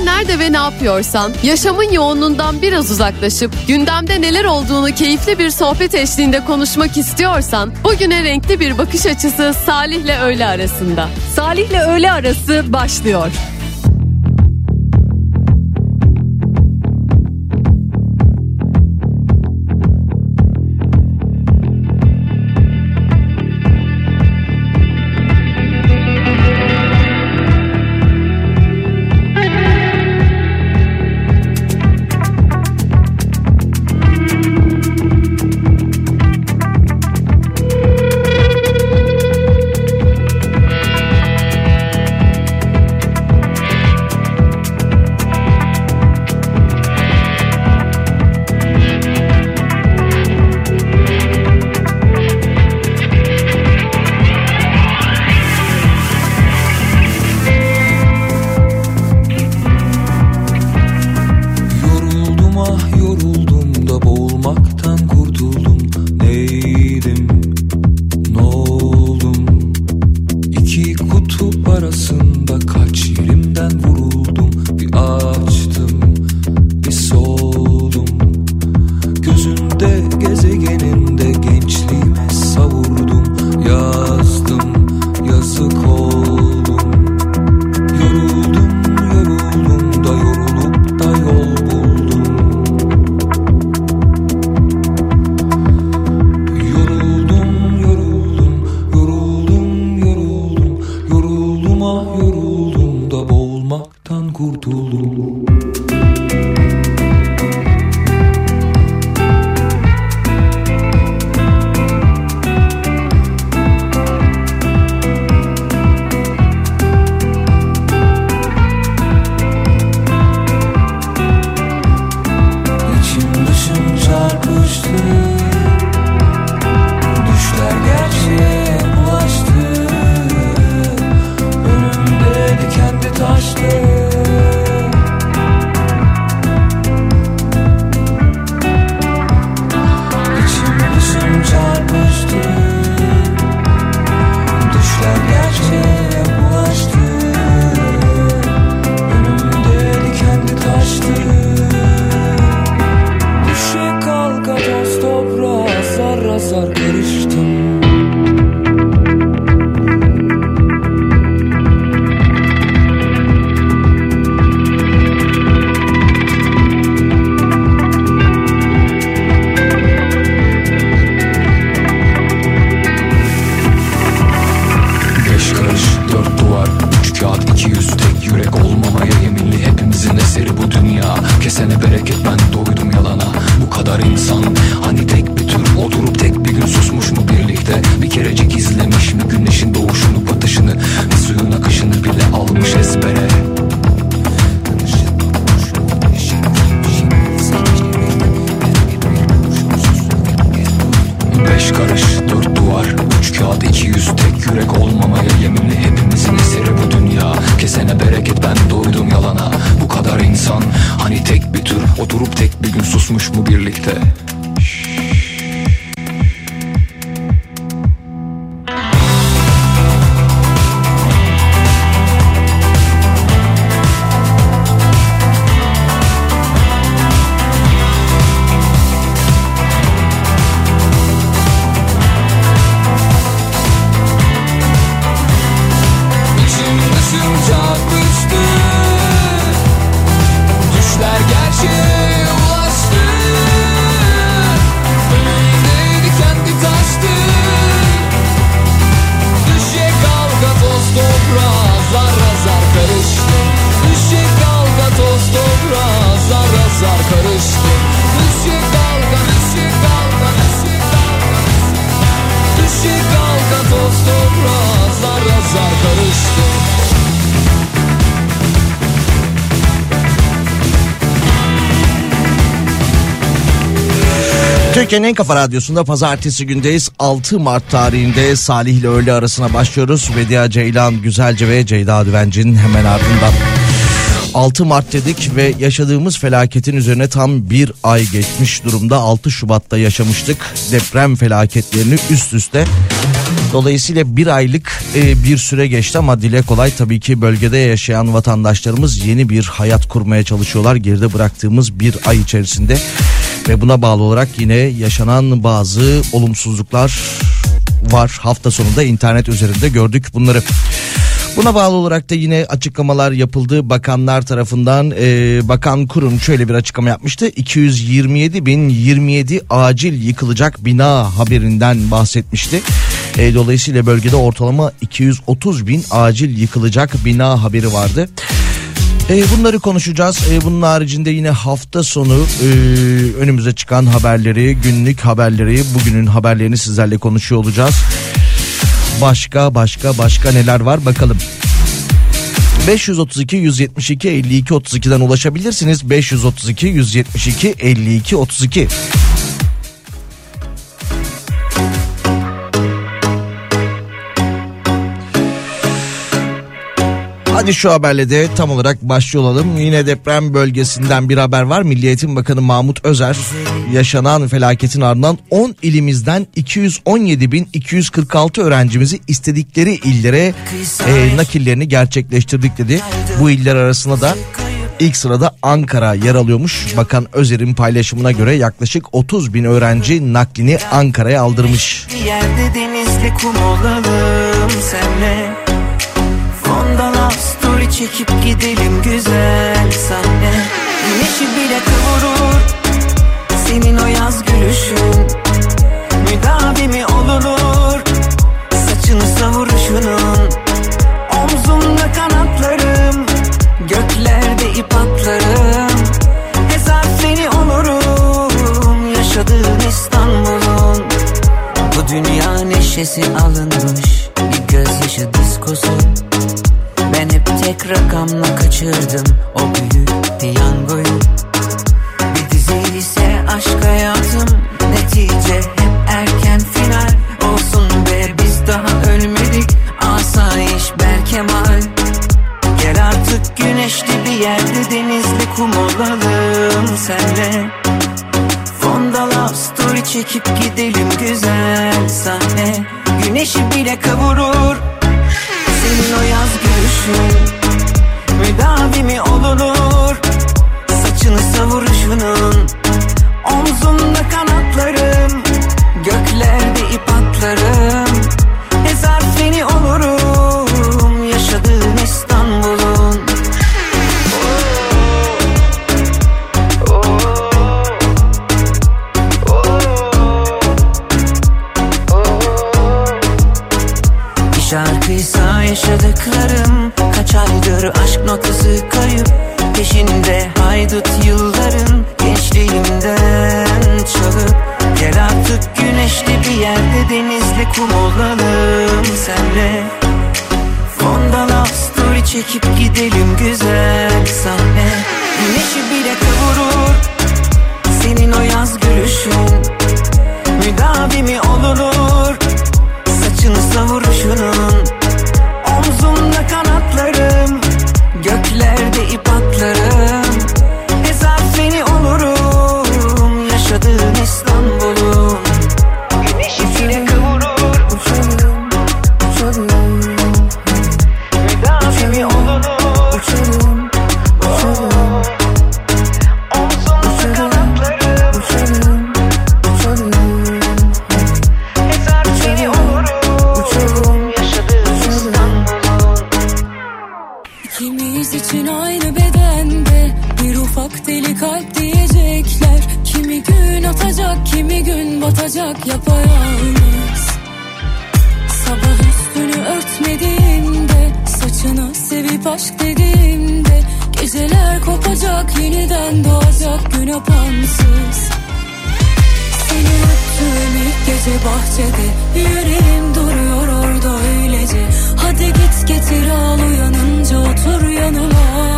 nerede ve ne yapıyorsan, yaşamın yoğunluğundan biraz uzaklaşıp gündemde neler olduğunu keyifli bir sohbet eşliğinde konuşmak istiyorsan, bugüne renkli bir bakış açısı Salih'le öğle arasında. Salih'le öğle arası başlıyor. Türkiye'nin en kafa radyosunda pazartesi gündeyiz. 6 Mart tarihinde Salih ile öğle arasına başlıyoruz. Vedia Ceylan Güzelce ve Ceyda Düvenci'nin hemen ardından. 6 Mart dedik ve yaşadığımız felaketin üzerine tam bir ay geçmiş durumda. 6 Şubat'ta yaşamıştık deprem felaketlerini üst üste. Dolayısıyla bir aylık bir süre geçti ama dile kolay tabii ki bölgede yaşayan vatandaşlarımız yeni bir hayat kurmaya çalışıyorlar geride bıraktığımız bir ay içerisinde. Ve buna bağlı olarak yine yaşanan bazı olumsuzluklar var. Hafta sonunda internet üzerinde gördük bunları. Buna bağlı olarak da yine açıklamalar yapıldı bakanlar tarafından. Bakan Kurum şöyle bir açıklama yapmıştı. 227.027 acil yıkılacak bina haberinden bahsetmişti. Dolayısıyla bölgede ortalama 230.000 acil yıkılacak bina haberi vardı. Bunları konuşacağız. Bunun haricinde yine hafta sonu önümüze çıkan haberleri, günlük haberleri, bugünün haberlerini sizlerle konuşuyor olacağız. Başka neler var bakalım. 532 172 52 32'den ulaşabilirsiniz. 532 172 52 32. Hadi şu haberle de tam olarak başlayalım. Yine deprem bölgesinden bir haber var. Milli Eğitim Bakanı Mahmut Özer yaşanan felaketin ardından 10 ilimizden 217.246 öğrencimizi istedikleri illere nakillerini gerçekleştirdik dedi. Bu iller arasında da ilk sırada Ankara yer alıyormuş. Bakan Özer'in paylaşımına göre yaklaşık 30.000 öğrenci naklini Ankara'ya aldırmış. Bir yerde denizli kum olalım senle. Fondan story çekip gidelim güzel sahne. Güneşi bile kıvırır senin o yaz gülüşün. Müdavimi olunur saçını savuruşunun. Omzumda kanatlarım, göklerde ip atlarım. Hezar seni olurum yaşadığın İstanbul'un. Bu dünya neşesi alınmış bir gözyaşı diskosu. Ben hep tek rakamla kaçırdım o büyük piyangoyu. Bir dizi ise aşk hayatım, netice hep erken final. Olsun be biz daha ölmedik, asayiş Berkemal. Gel artık güneşli bir yerde denizli kum olalım senle. Fonda love story çekip gidelim güzel sahne. Güneşi bile kavurur senin o yaz gülüşün. Müdavimi olunur saçını savuruşunun. Omzumda kanatlarım, göklerde ip atlarım. Hezar seni olurum yaşadığın İstanbul'un. Bir şarkıysa yaşadıklarım, kaç aydır aşk notası kayıp. Peşinde haydut yılların, gençliğimden çalıp. Gel artık güneşli bir yerde denizli kum olalım senle. Fonda love story çekip gidelim güzel sahne. Güneşi bile kavurur senin o yaz gülüşün. Müdavimi olunur saçını savuruşunun. Omzumda kanatlarım, göklerde ip atlarım. Hezar seni olurum yaşadığın İstanbul'un. Güneşi bile kavurur uçalım, uçalım. Müdavimi olunur uçalım, uçalım. Omzumda kanatlarım, uçalım, uçalım. Hezar seni olurum uçalım yaşadığın İstanbul'un. İkimiz için aynı bedende bir ufak deli kalp diyecekler. Kimi gün atacak, kimi gün batacak yapayalnız. Sabah üstünü örtmediğimde, saçını sevip aşk dediğimde, geceler kopacak, yeniden doğacak gün apansız. Seni öptüğüm ilk gece bahçede, yüreğim duruyor orada öylece. Hadi git getir al, uyanınca otur yanıma.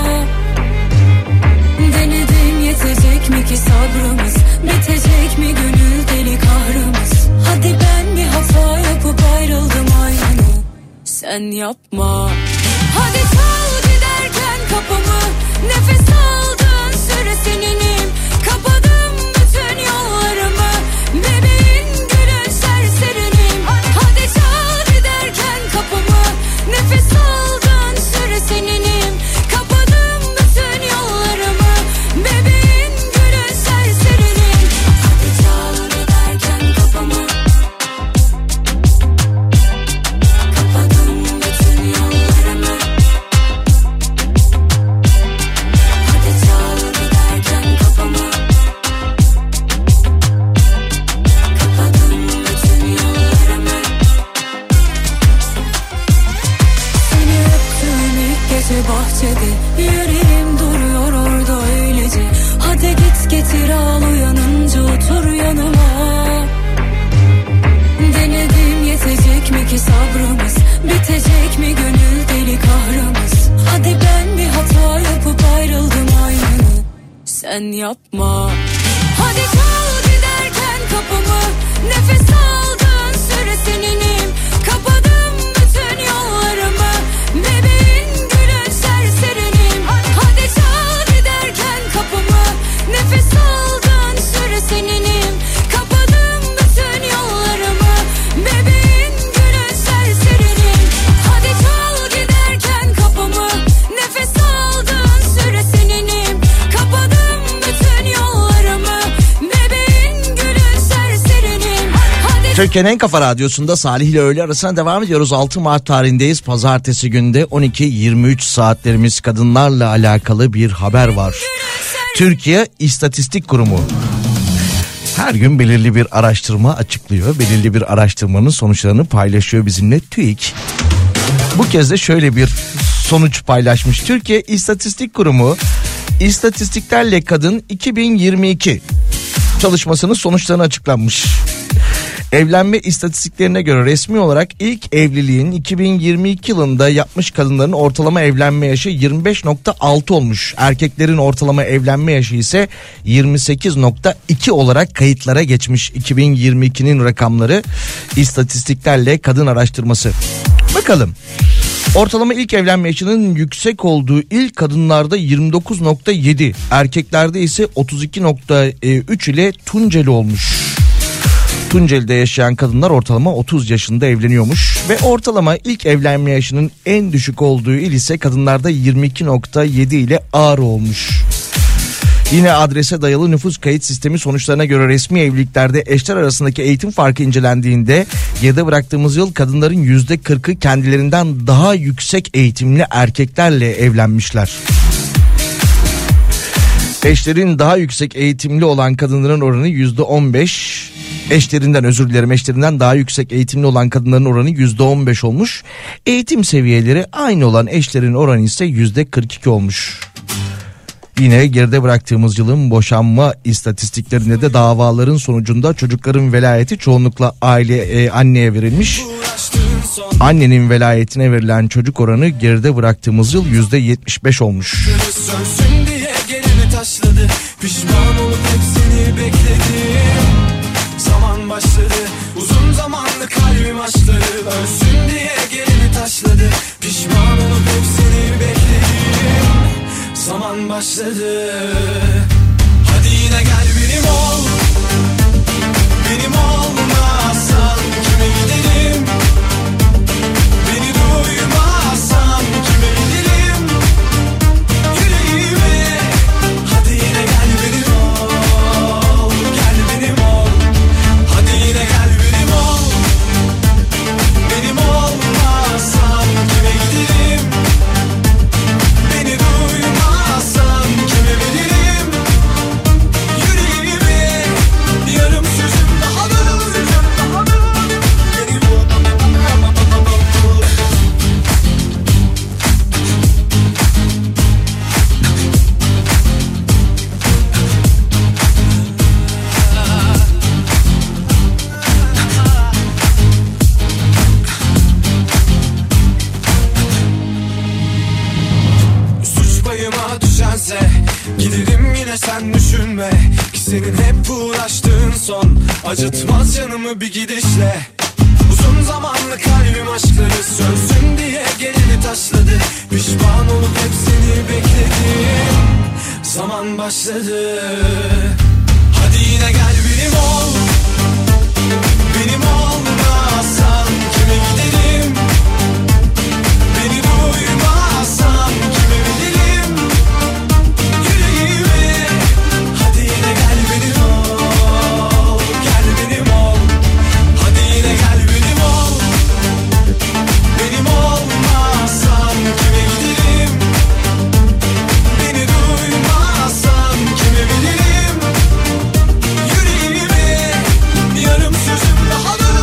Denedim, yetecek mi ki sabrımız, bitecek mi gönül deli kahrımız. Hadi ben bir hata yapıp ayrıldım aynı, sen yapma. Hadi çal giderken kapımı, nefes aldığın süre seninim. Kapadım bütün yollarımı, bebeğin gülün serserinim. Hadi çal sen yapma. Hadi kal giderken kapımı, nefes aldığın süre seninim. Kapadım bütün yollarımı, bebeğin gülün serserinim. Hadi kal giderken kapımı, nefes aldığın süre seninim. Kapadım bütün yollarımı, bebeğin gülün serserinim. Hadi kal giderken kapımı, nefes aldığın süre seninim. Kapadım bütün yollarımı, bebeğin gülün serserinim. Türkiye'nin en kafa radyosunda Salih ile öğle arasına devam ediyoruz. 6 Mart tarihindeyiz. Pazartesi günde 12:23 saatlerimiz, kadınlarla alakalı bir haber var. Türkiye İstatistik Kurumu her gün belirli bir araştırma açıklıyor. Belirli bir araştırmanın sonuçlarını paylaşıyor bizimle TÜİK. Bu kez de şöyle bir sonuç paylaşmış. Türkiye İstatistik Kurumu İstatistiklerle Kadın 2022 çalışmasının sonuçlarını açıklanmış. Evlenme istatistiklerine göre resmi olarak ilk evliliğin 2022 yılında yapmış kadınların ortalama evlenme yaşı 25.6 olmuş. Erkeklerin ortalama evlenme yaşı ise 28.2 olarak kayıtlara geçmiş. 2022'nin rakamları, İstatistiklerle Kadın araştırması. Bakalım. Ortalama ilk evlenme yaşının yüksek olduğu ilk kadınlarda 29.7, erkeklerde ise 32.3 ile Tunceli olmuş. Tunceli'de yaşayan kadınlar ortalama 30 yaşında evleniyormuş ve ortalama ilk evlenme yaşının en düşük olduğu il ise kadınlarda 22.7 ile Ağrı olmuş. Yine adrese dayalı nüfus kayıt sistemi sonuçlarına göre resmi evliliklerde eşler arasındaki eğitim farkı incelendiğinde geride bıraktığımız yıl kadınların %40'ı kendilerinden daha yüksek eğitimli erkeklerle evlenmişler. Eşlerin daha yüksek eğitimli olan kadınların oranı %15. Eşlerinden daha yüksek eğitimli olan kadınların oranı %15 olmuş. Eğitim seviyeleri aynı olan eşlerin oranı ise %42 olmuş. Yine geride bıraktığımız yılın boşanma istatistiklerinde de davaların sonucunda çocukların velayeti çoğunlukla anneye verilmiş. Annenin velayetine verilen çocuk oranı geride bıraktığımız yıl %75 olmuş. Sönsün diye gelini taşladı, pişman olup hepsini bekledim. Zaman başladı, uzun zamanlı kalbim açları, ölsün diye gelini taşladı, pişman olup hepsini bekledim. Zaman başladı. Hadi yine gel benim ol, benim olmazsan kime gidelim? Beni duymazsan kime gidelim? Yüreğime hadi yine gel benim ol, gel benim ol. Hadi yine gel benim ol, benim olmazsan kime gidelim? Beni duymazsan kime veririm? Yüreğime yarım sözüm daha da suç payıma düşense giderim yine, sen düşünme ki senin hep uğraştığın son acıtmaz canımı bir gidişle. Uzun zamanlı kalbim aşkları sönsün diye gelini taşladı, pişman olup hepsini bekledim. Zaman başladı. Hadi yine gel benim ol, benim olmazsan kime gidelim? Beni duymazsan kime veririm? Yüreğime hadi yine gel benim ol, gel benim ol. Hadi yine gel benim ol, benim olmazsan kime gidelim? Beni duymazsan kime veririm? Yüreğime yarım sözüm daha da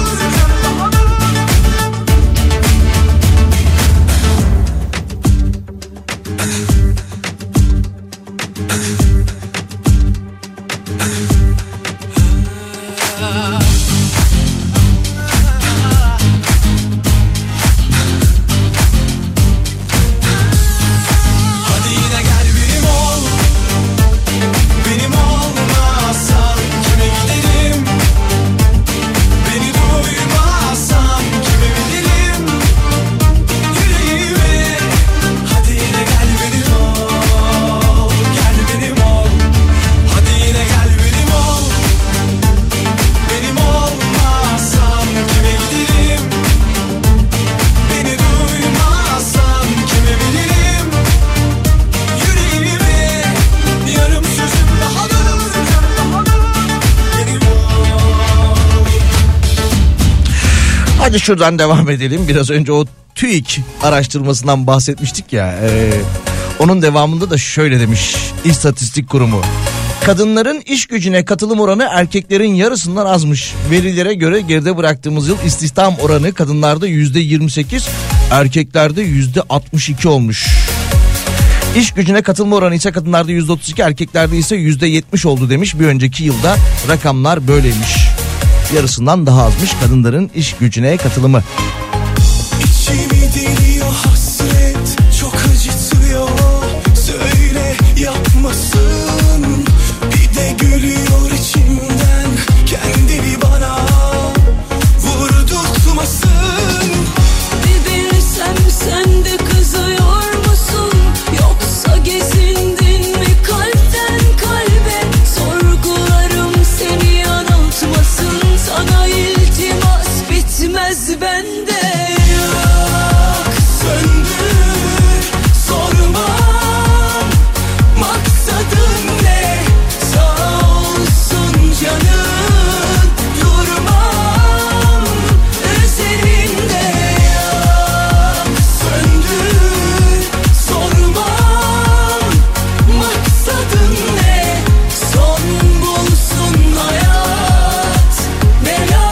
Hadi şuradan devam edelim. Biraz önce o TÜİK araştırmasından bahsetmiştik ya. Onun devamında da şöyle demiş İstatistik Kurumu. Kadınların iş gücüne katılım oranı erkeklerin yarısından azmış. Verilere göre geride bıraktığımız yıl istihdam oranı kadınlarda %28, erkeklerde %62 olmuş. İş gücüne katılma oranı ise kadınlarda %32, erkeklerde ise %70 oldu demiş. Bir önceki yılda rakamlar böyleymiş. Yarısından daha azmış kadınların iş gücüne katılımı. İçimi deliyor hasret, çok acıtıyor. Söyle yapmasın, bir de gülüyor içimden. Kendini bana vurdurtmasın. Bir bilsem sen de kızıyor musun? Yoksa gezindin mi kalpten kalbe? Sorgularım seni yanıltmasın. Sana iltimas bitmez bende. Yak söndür sormam, maksadın ne? Sağ olsun canım, durmam üzerinde. Yak söndür sormam, maksadın ne? Son bulsun hayat, bela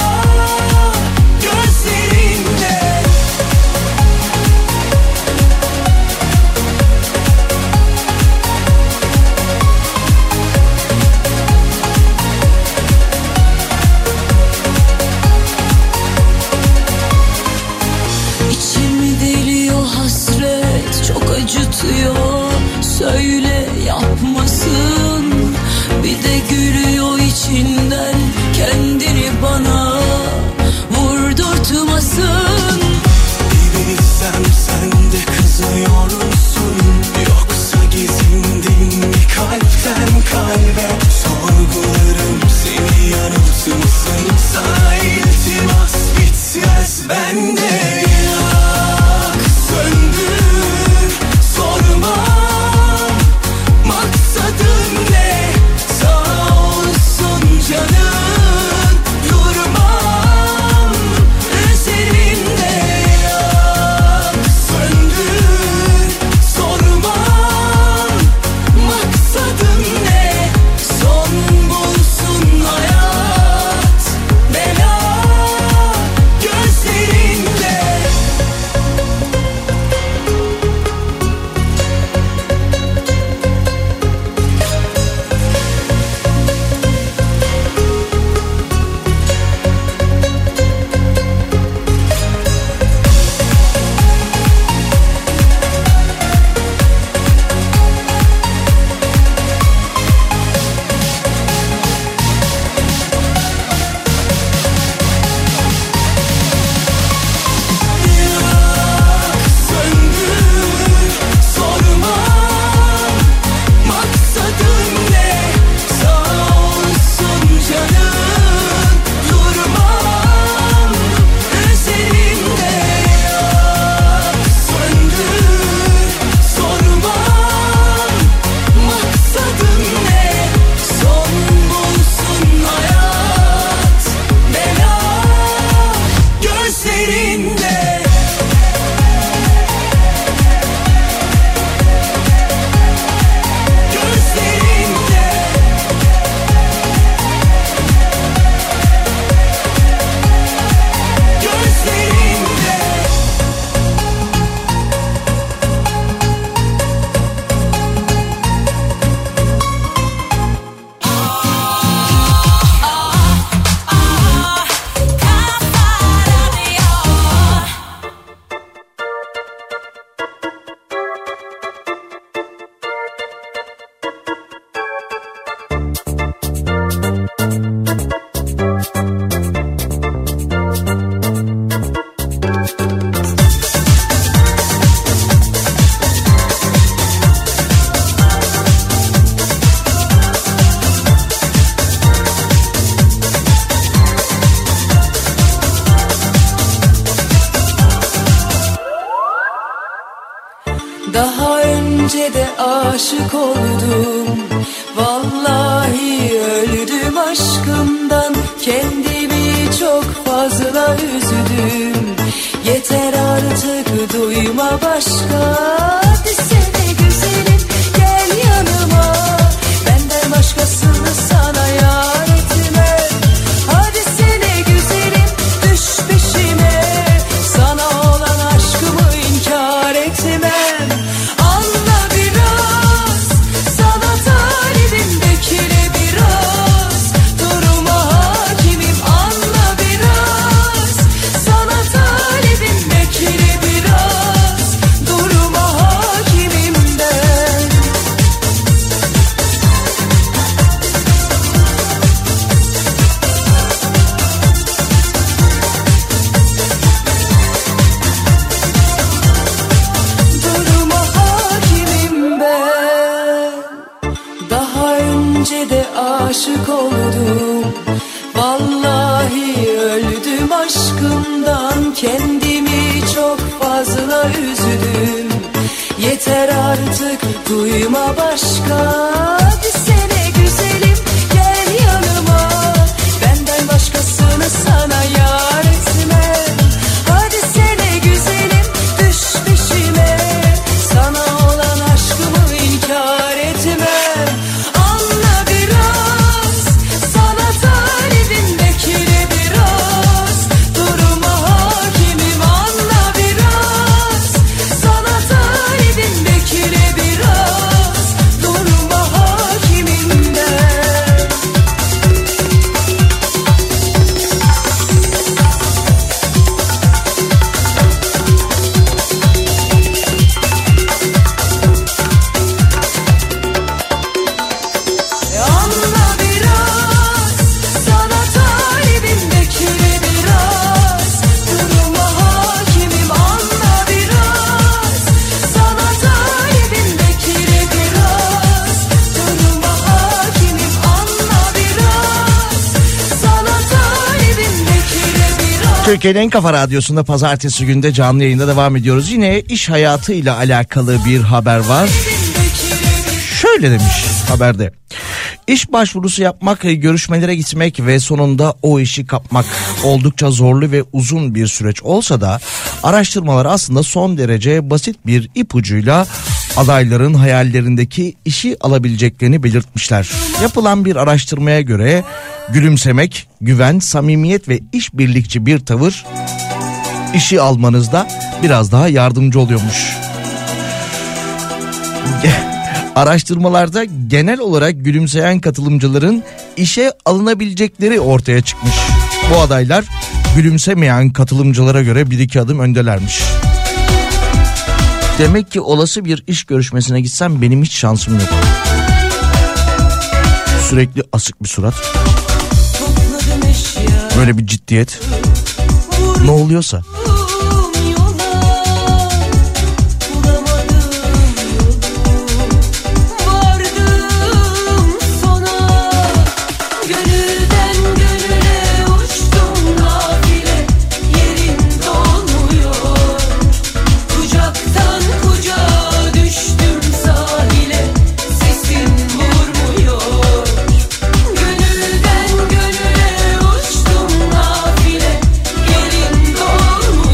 gözlerinde. İçimi deliyor hasret, çok acıtıyor. Söyle yapmasın, bir de gülüyor içinden. Kendini bana vurdurtmasın. Bir bilsem sen de kızıyor musun? Yoksa gezindin mi kalpten kalbe? Sorgularım seni yanıltmasın. Sana iltimas bitmez bende. Yak söndür sormam, maksadın ne? Sağ olsun canım, durmam üzerinde. Yak söndür sormam, maksadın ne? Son bulsun hayat, bela gözlerinde. Söndür sormam, maksadın ne? Sağ olsun canım, durmam üzerinde. Yak söndür sormam, maksadın ne? Son bulsun hayat, bela gözlerinde. Daha önce de aşık oldum. Vallahi öldüm aşkımdan. Kendimi çok fazla üzdüm. duyma başka. Desene güzelim gel yanıma, benden başkasını sana yar etmem. Hadi sene güzelim düş peşime, sana olan aşkımı inkar etmem. Anla biraz, sana talibim, bekle biraz, duruma hakimim. Anla biraz, sana talibim, bekle biraz, duruma hakimim ben. Duruma hakimim ben. Daha önce de aşık oldum, vallahi öldüm aşkımdan. Kendimi çok fazla üzdüm, yeter artık duyma başka. Desene güzelim gel yanıma, benden başkasını sana yar etmem. Hadi sene güzelim düş peşime, sana olan aşkımı inkar etmem. Anla biraz, sana talibim, bekle biraz, duruma hakimim. Anla biraz, sana talibim, bekle biraz, duruma hakimim ben. Anla biraz, sana talibim, bekle biraz, duruma hakimim. Anla biraz, sana talibim, bekle biraz, duruma hakimim. Anla biraz, sana talibim, bekle biraz. Türkiye'nin en kafa radyosunda pazartesi günde canlı yayında devam ediyoruz. Yine iş hayatıyla alakalı bir haber var. Şöyle demiş haberde. İş başvurusu yapmak, görüşmelere gitmek ve sonunda o işi kapmak oldukça zorlu ve uzun bir süreç olsa da araştırmalar aslında son derece basit bir ipucuyla adayların hayallerindeki işi alabileceklerini belirtmişler. Yapılan bir araştırmaya göre gülümsemek, güven, samimiyet ve işbirlikçi bir tavır işi almanızda biraz daha yardımcı oluyormuş. Araştırmalarda genel olarak gülümseyen katılımcıların işe alınabilecekleri ortaya çıkmış. Bu adaylar gülümsemeyen katılımcılara göre 1-2 adım öndelermiş. Demek ki olası bir iş görüşmesine gitsem benim hiç şansım yok. Sürekli asık bir surat. Böyle bir ciddiyet. Ne oluyorsa. Gönülden gönüle uçtum nafile, yerin dolmuyor.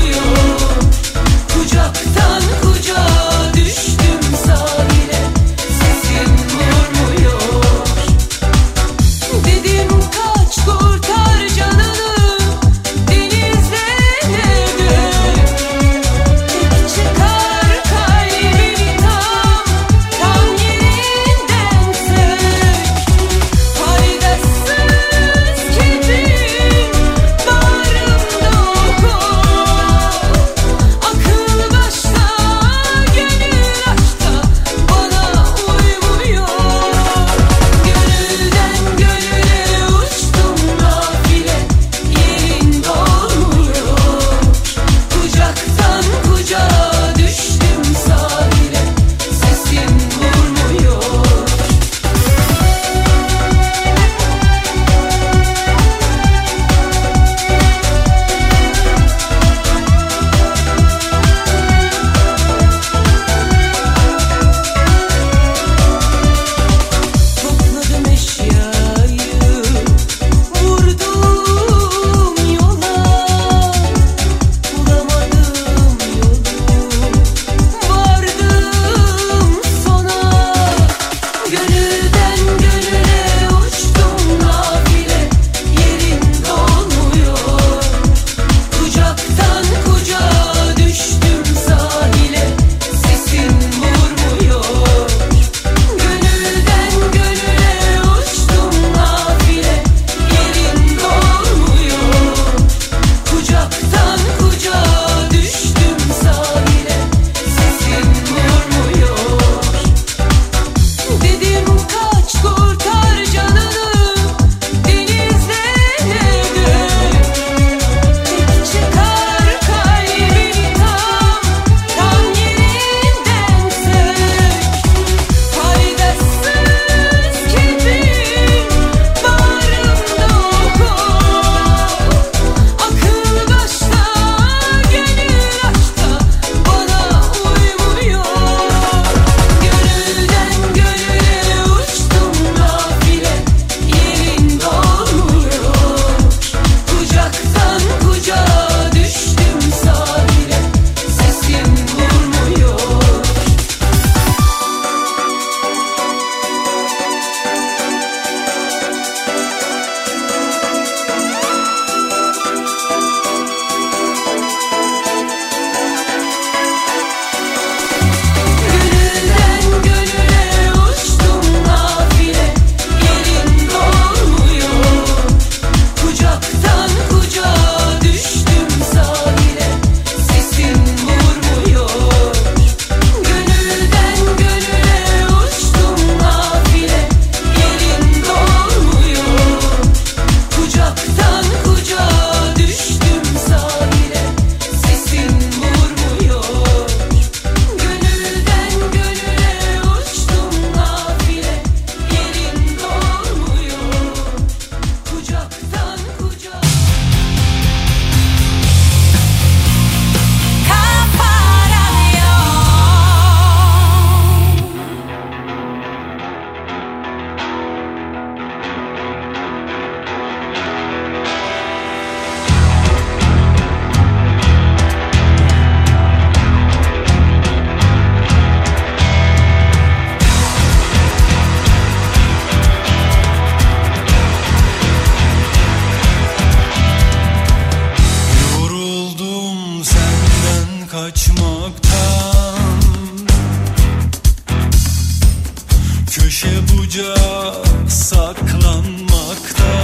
köşe bucak saklanmakta.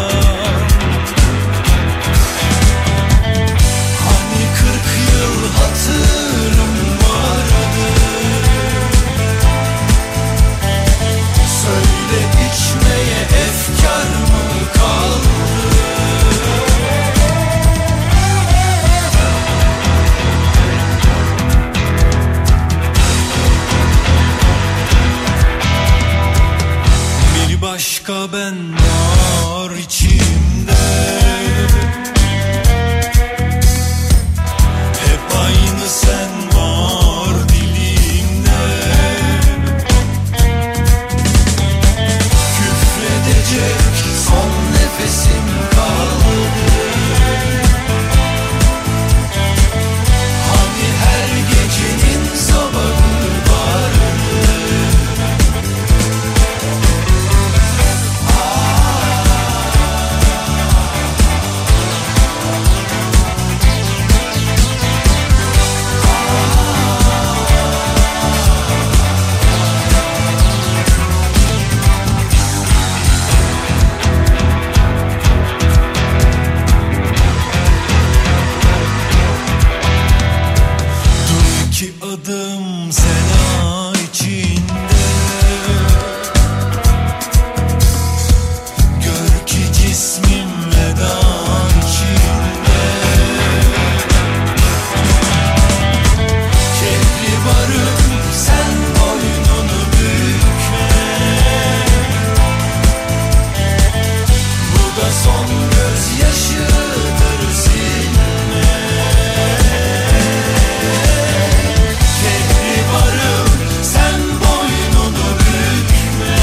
Hani 40 yıl hatırım vardı. Söyle içmeye efkar mı kaldı? Bir başka ben var içimde. Hep aynı sen var dilimde. Küfredecek son nefesim kaldı. Hani her gecenin sabahı vardı. Dur iki adım sena içinde. Gör ki cismim veda içinde. Kehribarım sen boynunu bükme. Bu da son gözyaşıdır silme. Kehribarım sen boynunu bükme.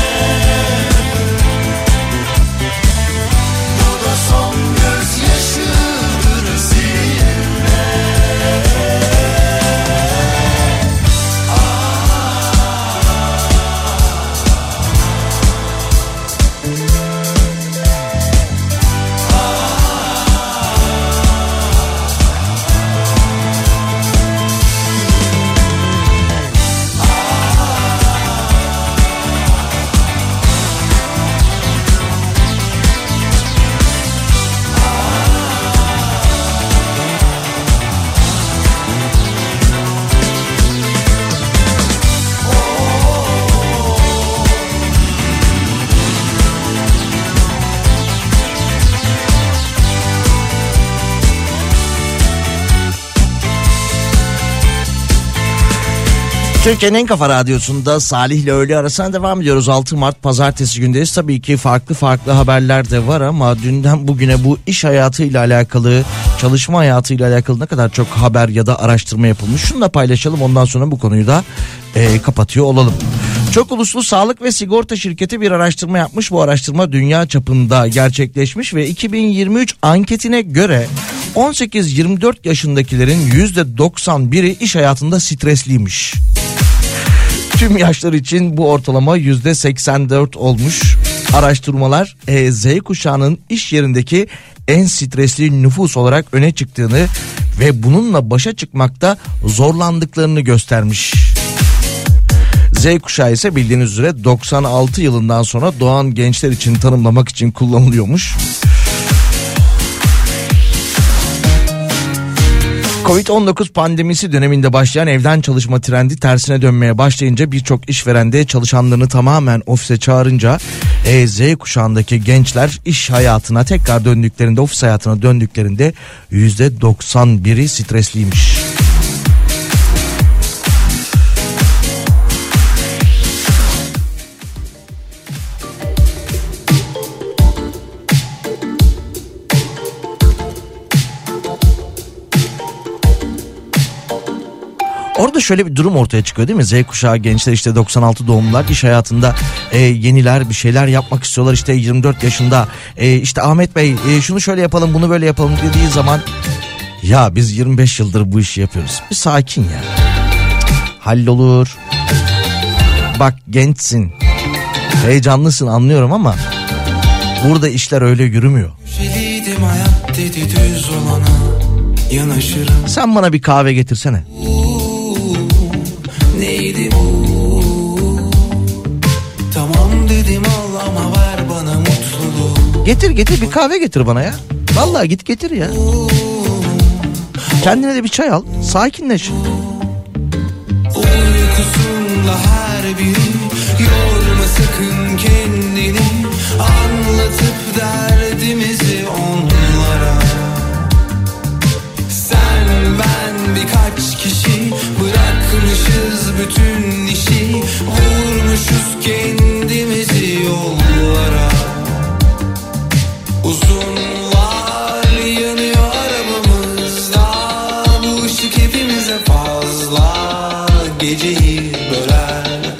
Bu da son gözyaşıdır silme. Türkiye'nin en kafa radyosunda Salih ile öğle arasına devam ediyoruz. 6 Mart pazartesi gündeyiz. Tabii ki farklı haberler de var ama dünden bugüne bu iş hayatıyla alakalı, çalışma hayatıyla alakalı ne kadar çok haber ya da araştırma yapılmış. Şunu da paylaşalım, ondan sonra bu konuyu da kapatıyor olalım. Çok uluslu sağlık ve sigorta şirketi bir araştırma yapmış. Bu araştırma dünya çapında gerçekleşmiş ve 2023 anketine göre 18-24 yaşındakilerin %91'i iş hayatında stresliymiş. Tüm yaşlar için bu ortalama %84 olmuş. Araştırmalar Z kuşağının iş yerindeki en stresli nüfus olarak öne çıktığını ve bununla başa çıkmakta zorlandıklarını göstermiş. Z kuşağı ise bildiğiniz üzere 96 yılından sonra doğan gençler için tanımlamak için kullanılıyormuş. Covid-19 pandemisi döneminde başlayan evden çalışma trendi tersine dönmeye başlayınca birçok işveren de çalışanlarını tamamen ofise çağırınca Z kuşağındaki gençler iş hayatına tekrar döndüklerinde, ofis hayatına döndüklerinde %91'i stresliymiş. Orada şöyle bir durum ortaya çıkıyor değil mi? Z kuşağı gençler, işte 96 doğumlular, iş hayatında yeniler, bir şeyler yapmak istiyorlar. İşte 24 yaşında işte Ahmet Bey şunu şöyle yapalım, bunu böyle yapalım dediği zaman ya biz 25 yıldır bu işi yapıyoruz. Bir sakin ya. Hallolur. Bak gençsin, heyecanlısın, anlıyorum ama burada işler öyle yürümüyor. Hayat dedi düz olana yanaşırım. Sen bana bir kahve getirsene. Neydi bu? Tamam dedim al ama ver bana mutluluğu. Getir bir kahve getir bana ya. Vallahi git getir ya. Kendine de bir çay al. Sakinleş. Uykusunda her biri yorma sakın kendini. Anlatıp derdimizi onlara. Sen ben birkaç kişi bırakmışız bütün işi. Vurmuşuz kendimizi yollara. Uzunlar yanıyor arabamızda. Bu ışık hepimize fazla. Geceyi böler.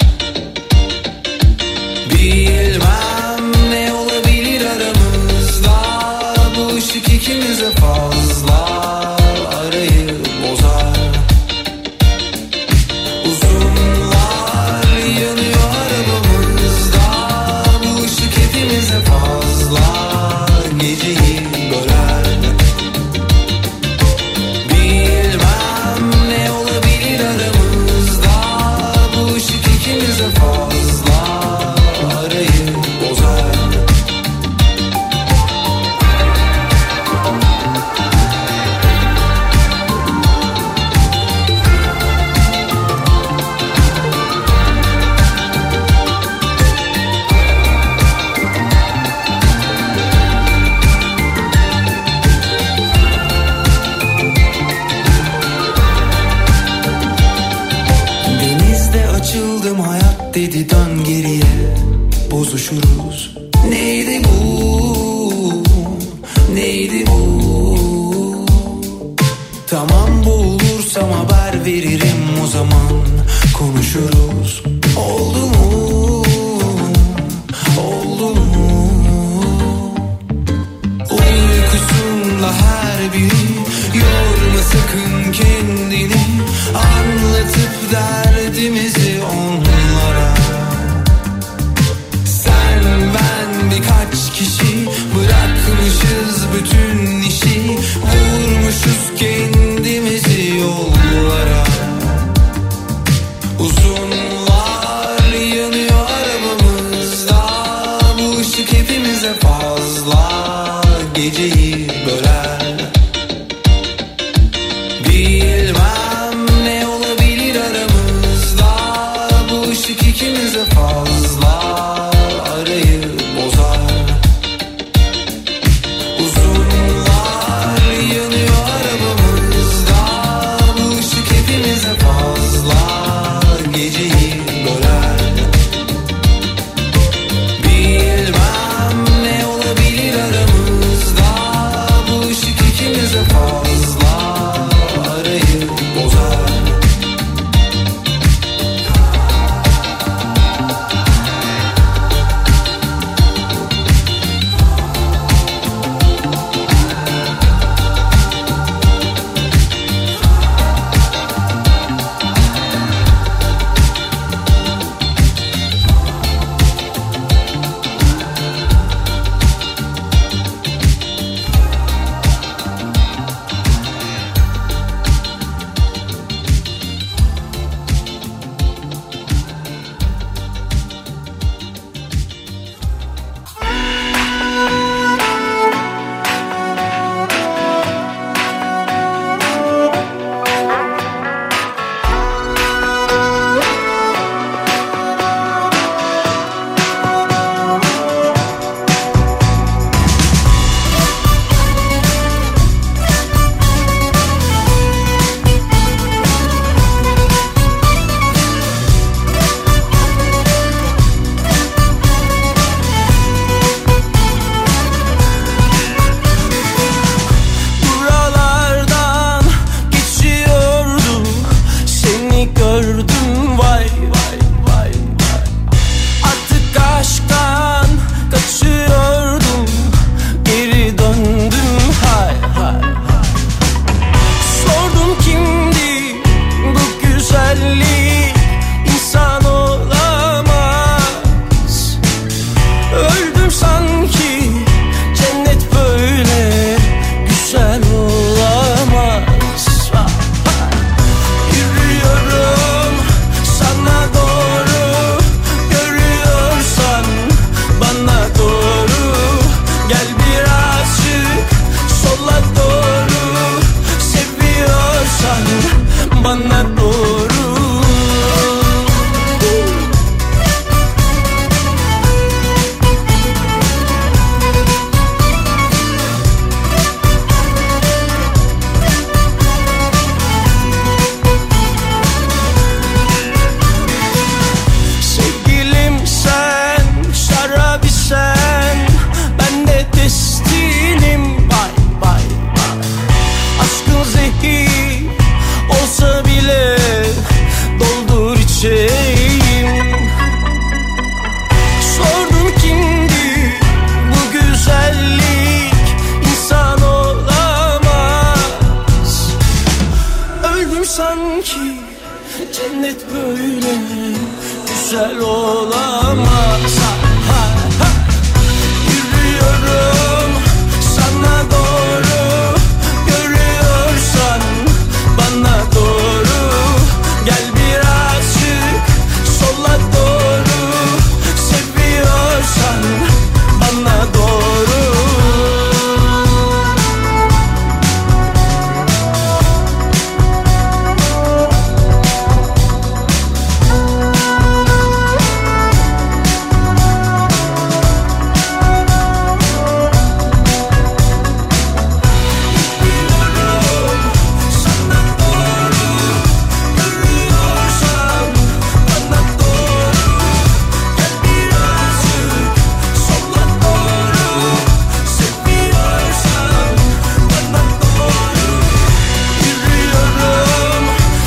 Bilmem ne olabilir aramızda. Bu ışık ikimize fazla. Arayı bozar. Uzunlar yanıyor arabamızda. Bu ışık hepimize fazla. Geceyi böler. Bilmem ne olabilir aramızda. Bu ışık ikimize fazla. Arayı bozar. Denizde açıldım hayat dedi dön geriye. Bozuşuruz. Neydi bu? Neydi bu? Tamam boğulursam haber veririm o zaman. Konuşuruz. Oldu mu? Oldu mu? Uykusunda her biri yorma sakın kendini. Anlatıp derdimizi onlara. Sen ben birkaç kişi bırakmışız bütün işi. Vurmuşuz kendimizi yollara. Uzunlar yanıyor arabamızda. Bu ışık hepimize fazla. Geceyi böler. Bilmem ne olabilir aramızda. Bu ışık ikimize fazla. Arayı bozar. Uzunlar yanıyor arabamızda. Bu ışık hepimize fazla. Geceyi böler. Bilmem ne olabilir aramızda. Bu ışık ikimize fazla. Arayı bozar. Yürüyorum sana doğru, görüyorsan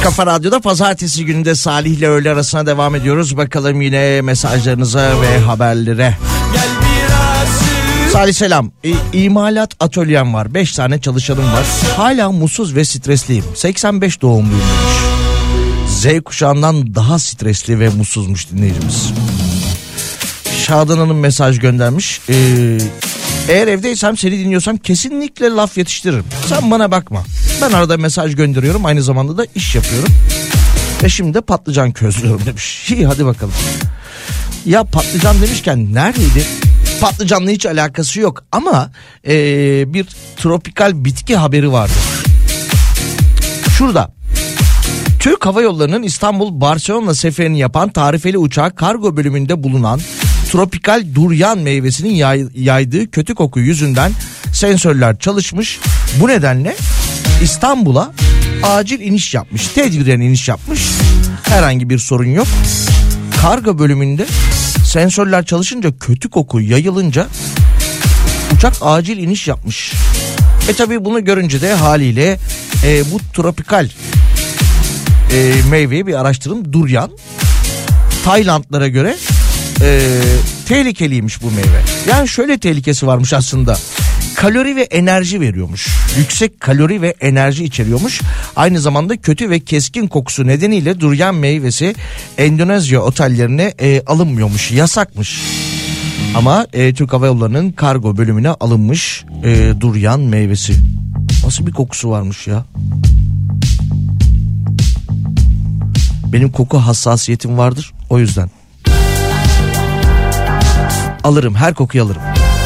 Kafa Radyo'da pazartesi gününde Salih ile öğle arasına devam ediyoruz. Bakalım yine mesajlarınıza ve haberlere. Salih selam. İmalat atölyem var. 5 tane çalışanım var. Hala mutsuz ve stresliyim. 85 doğumluyum demiş. Z kuşağından daha stresli ve mutsuzmuş dinleyicimiz. Şadan Hanım mesaj göndermiş. Eğer evdeysem seni dinliyorsam kesinlikle laf yetiştiririm. Sen bana bakma. Ben arada mesaj gönderiyorum, aynı zamanda da iş yapıyorum. Ve şimdi de patlıcan közlüyorum demiş. İyi hadi bakalım. Ya patlıcan demişken neredeydi? Patlıcanla hiç alakası yok ama bir tropikal bitki haberi vardı. Şurada. Türk Hava Yolları'nın İstanbul-Barcelona seferini yapan tarifeli uçağı kargo bölümünde bulunan tropikal duryan meyvesinin yaydığı kötü koku yüzünden sensörler çalışmış. Bu nedenle İstanbul'a acil iniş yapmış. Tedbiren iniş yapmış. Herhangi bir sorun yok. Kargo bölümünde sensörler çalışınca, kötü koku yayılınca uçak acil iniş yapmış. Tabii bunu görünce de haliyle bu tropikal meyveyi bir araştırdım. Duryan. Taylandlara göre tehlikeliymiş bu meyve. Yani şöyle tehlikesi varmış aslında. Kalori ve enerji veriyormuş. Yüksek kalori ve enerji içeriyormuş. Aynı zamanda kötü ve keskin kokusu nedeniyle duryan meyvesi Endonezya otellerine alınmıyormuş. Yasakmış. Ama Türk Hava Yolları'nın kargo bölümüne alınmış duryan meyvesi. Nasıl bir kokusu varmış ya? Benim koku hassasiyetim vardır, o yüzden. Alırım, her kokuyu alırım.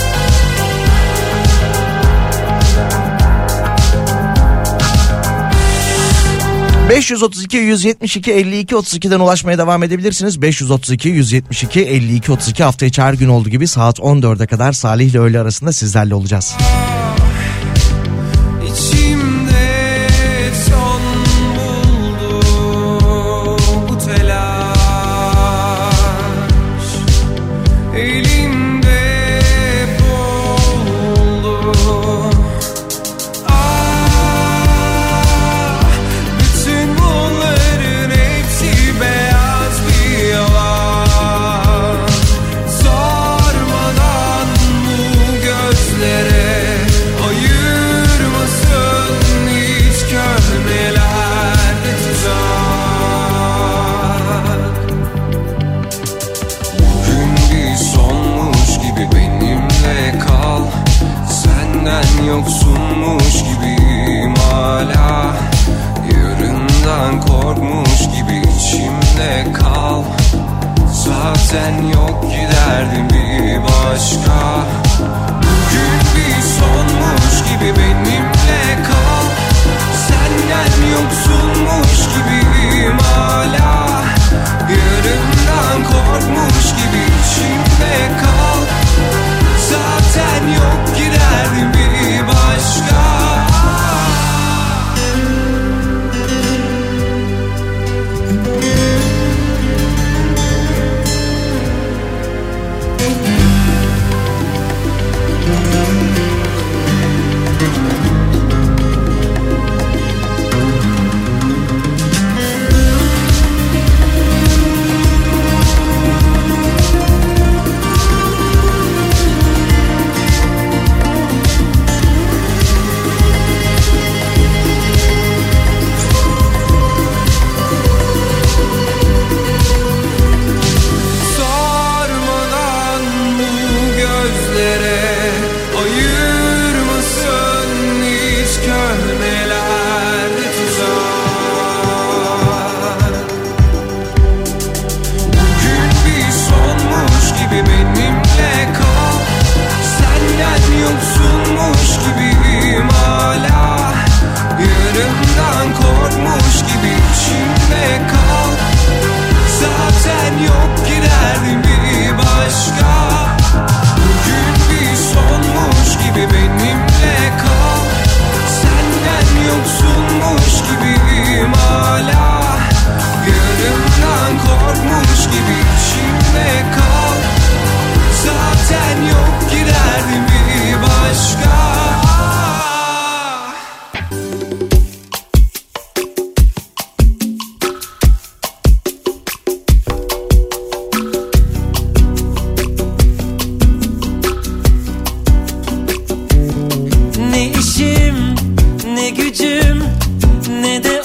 ...532-172-52-32'den ulaşmaya devam edebilirsiniz. 532-172-52-32 hafta içi her gün olduğu gibi saat 14'e kadar Salih ile öğle arasında sizlerle olacağız. Yoksunmuş gibiyim hala. Yarından korkmuş gibi içimde kal. Zaten yok giderdim bir başka. Bugün bir sonmuş gibi benimle kal. Senden yoksunmuş gibiyim hala. Yarından korkmuş gibi içimde kal. Zaten yok giderdim bir başka.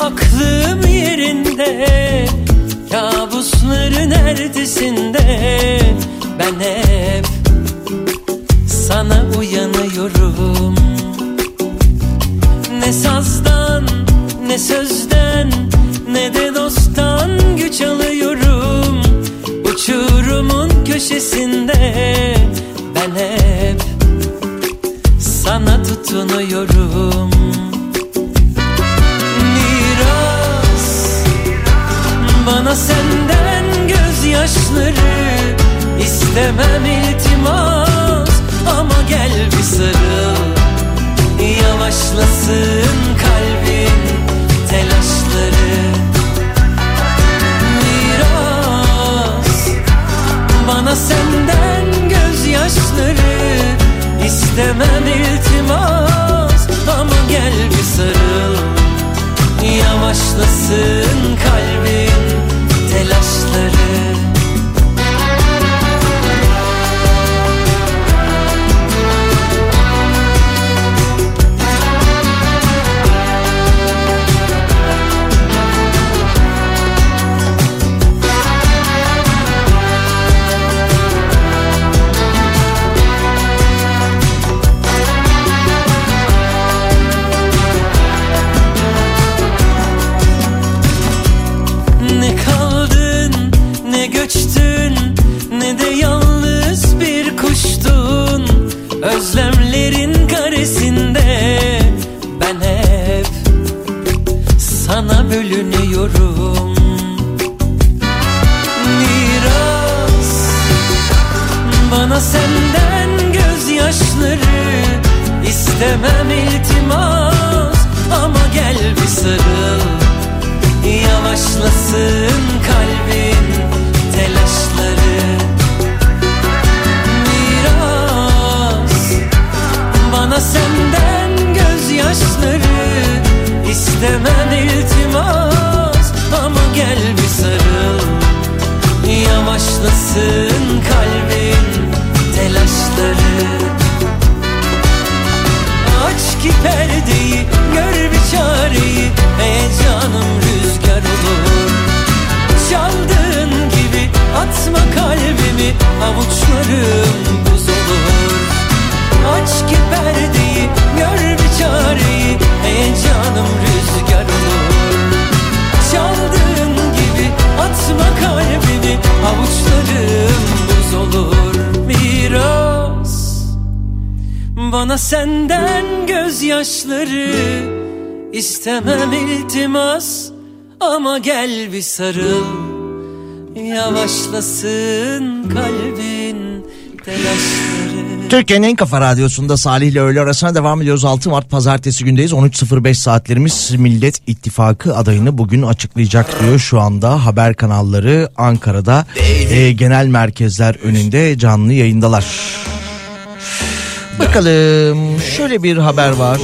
aklım yerinde, kabusların ertesinde ben hep sana uyanıyorum. Ne sazdan, ne sözden, ne de dosttan güç alıyorum. Uçurumun köşesinde ben hep sana tutunuyorum. Miras bana senden gözyaşları, istemem iltimas ama gel bir sarıl. Yavaşlasın kalbin telaşları. Miras bana senden gözyaşları, istemem iltimas ama gel bir sarıl. Yavaşlasın kalbin telaşları. Ne de yalnız bir kuştun, özlemlerin karesinde ben hep sana bölünüyorum. Miras bana senden gözyaşları, istemem iltimas ama gel bir sarıl. Yavaşlasın kalbin telaşları. Miras bana senden gözyaşları, istemem iltimas ama gel bir sarıl. Yavaşlasın kalbin telaşları. Aç ki perdeyi, gör bir çareyi, heyecanım rüzgar olur. Çaldığın gibi atma kalbimi, avuçlarım buz olur. Aç ki perdeyi, gör bir çareyi, heyecanım rüzgar olur. Çaldığın gibi atma kalbimi, avuçlarım buz olur. Miras bana senden gözyaşları, istemem iltimas ama gel bir sarıl. Yavaşlasın kalbin telaşları. Türkiye'nin en kafa radyosunda Salih ile öğle arasına devam ediyoruz. 6 Mart pazartesi gündeyiz. 13.05 saatlerimiz. Millet İttifakı adayını bugün açıklayacak diyor şu anda haber kanalları. Ankara'da genel merkezler önünde canlı yayındalar. Bakalım, şöyle bir haber var.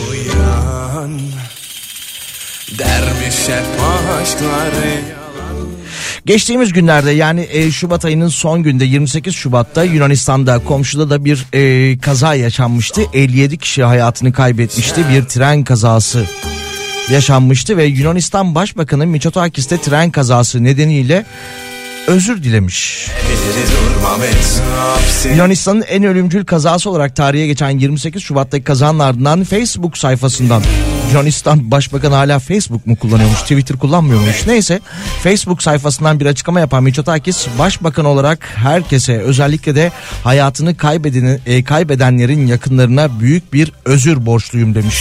Derviş hep aşkları. Geçtiğimiz günlerde yani Şubat ayının son günde 28 Şubat'ta Yunanistan'da komşuda da bir kaza yaşanmıştı. 57 kişi hayatını kaybetmişti. Bir tren kazası yaşanmıştı ve Yunanistan Başbakanı Mitsotakis de tren kazası nedeniyle özür dilemiş. Yunanistan'ın en ölümcül kazası olarak tarihe geçen 28 Şubat'taki kazanın ardından Facebook sayfasından, Yunanistan Başbakanı hala Facebook mu kullanıyormuş, Twitter kullanmıyormuş, neyse, Facebook sayfasından bir açıklama yapan Mitsotakis, Başbakan olarak herkese, özellikle de hayatını kaybedenlerin yakınlarına büyük bir özür borçluyum demiş.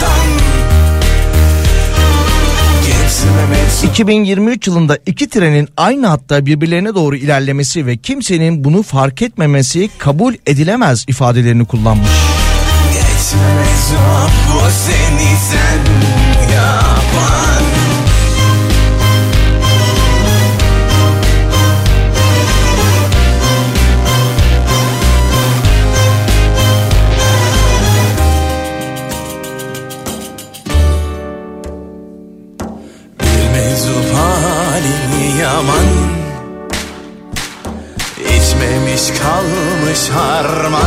2023 yılında iki trenin aynı hatta birbirlerine doğru ilerlemesi ve kimsenin bunu fark etmemesi kabul edilemez ifadelerini kullanmış. Geçmemez o seni sen yapan. Yaman, içmemiş kalmış harman,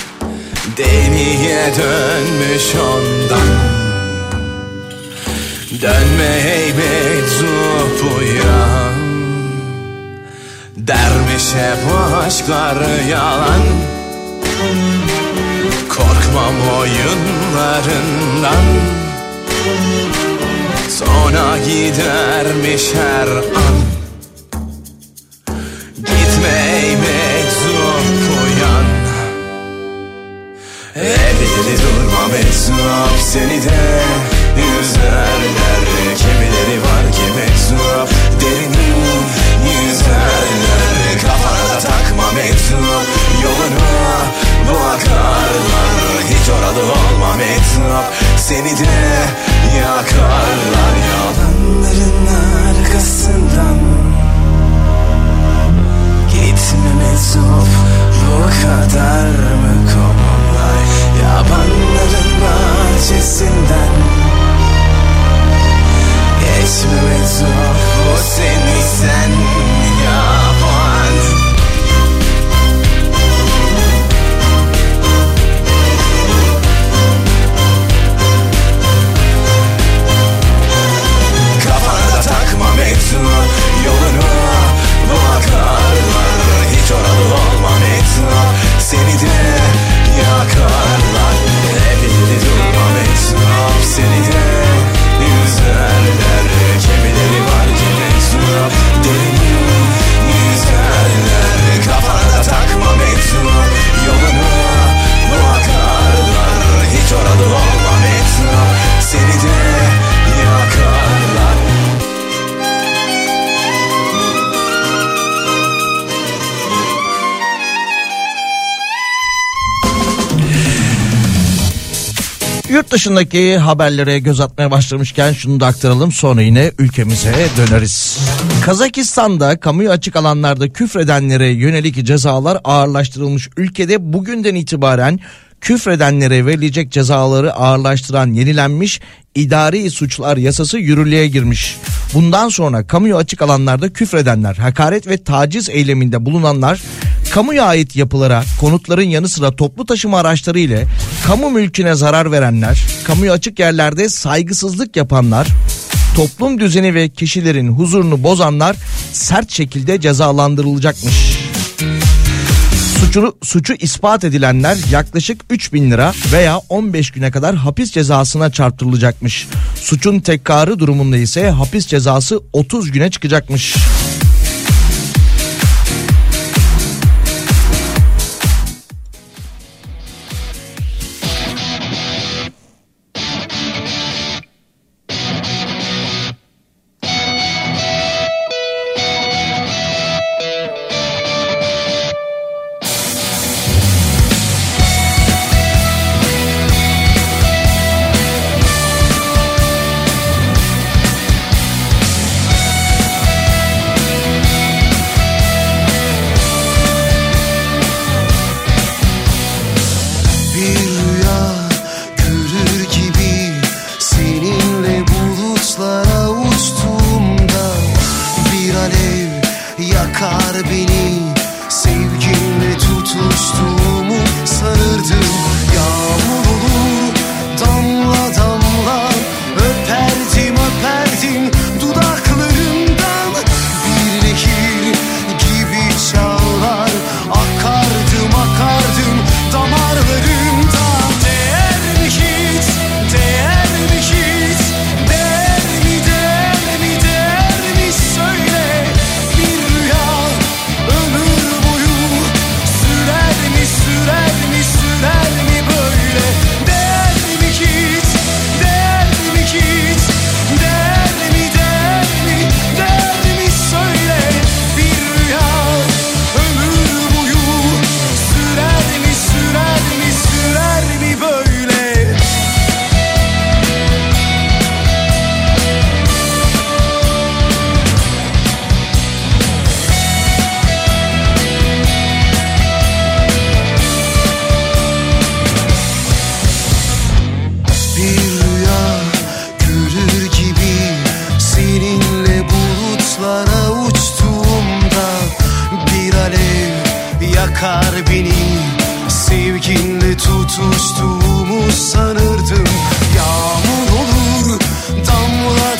deliye dönmüş ondan. Dönme ey meczup uyan. Dermiş hep aşklar yalan. Korkmam oyunlarından. Sonra gidermiş her an. Gitme ey meczup uyan. Elleri durma meczup, seni de yüzerler. Kimileri var ki meczup, derini yüzerler. Kafana da takma meczup, yolunu bu akarlar. Hiç oralı olma meczup, seni de yakarlar. Yalanların arkasından gitme meczup, bu kadar mı kolay? Yabanların bahçesinden geçme meczup, o seni sen yapan. Kafana da takma meczup, yolunu bu akarlar. Hiç oralı olma meczup, seni de yakarlar. Evleri durma meczup, seni de yüzerler. Kimileri var ki meczup, derini yüzerler. Kafana da takma meczup, yolunu bu akarlar. Hiç oralı olma meczup, seni de yakarlar. Yurt dışındaki haberlere göz atmaya başlamışken şunu da aktaralım, sonra yine ülkemize döneriz. Kazakistan'da kamuya açık alanlarda küfredenlere yönelik cezalar ağırlaştırılmış. Ülkede bugünden itibaren küfredenlere verilecek cezaları ağırlaştıran yenilenmiş idari suçlar yasası yürürlüğe girmiş. Bundan sonra kamuya açık alanlarda küfredenler, hakaret ve taciz eyleminde bulunanlar, kamuya ait yapılara, konutların yanı sıra toplu taşıma araçları ile kamu mülküne zarar verenler, kamuya açık yerlerde saygısızlık yapanlar, toplum düzeni ve kişilerin huzurunu bozanlar sert şekilde cezalandırılacakmış. Suçu ispat edilenler yaklaşık 3.000 lira veya 15 güne kadar hapis cezasına çarptırılacakmış. Suçun tekrarı durumunda ise hapis cezası 30 güne çıkacakmış. yakar beni. Sevginle tutuştuğumu sanırdım. Yağmur olur damla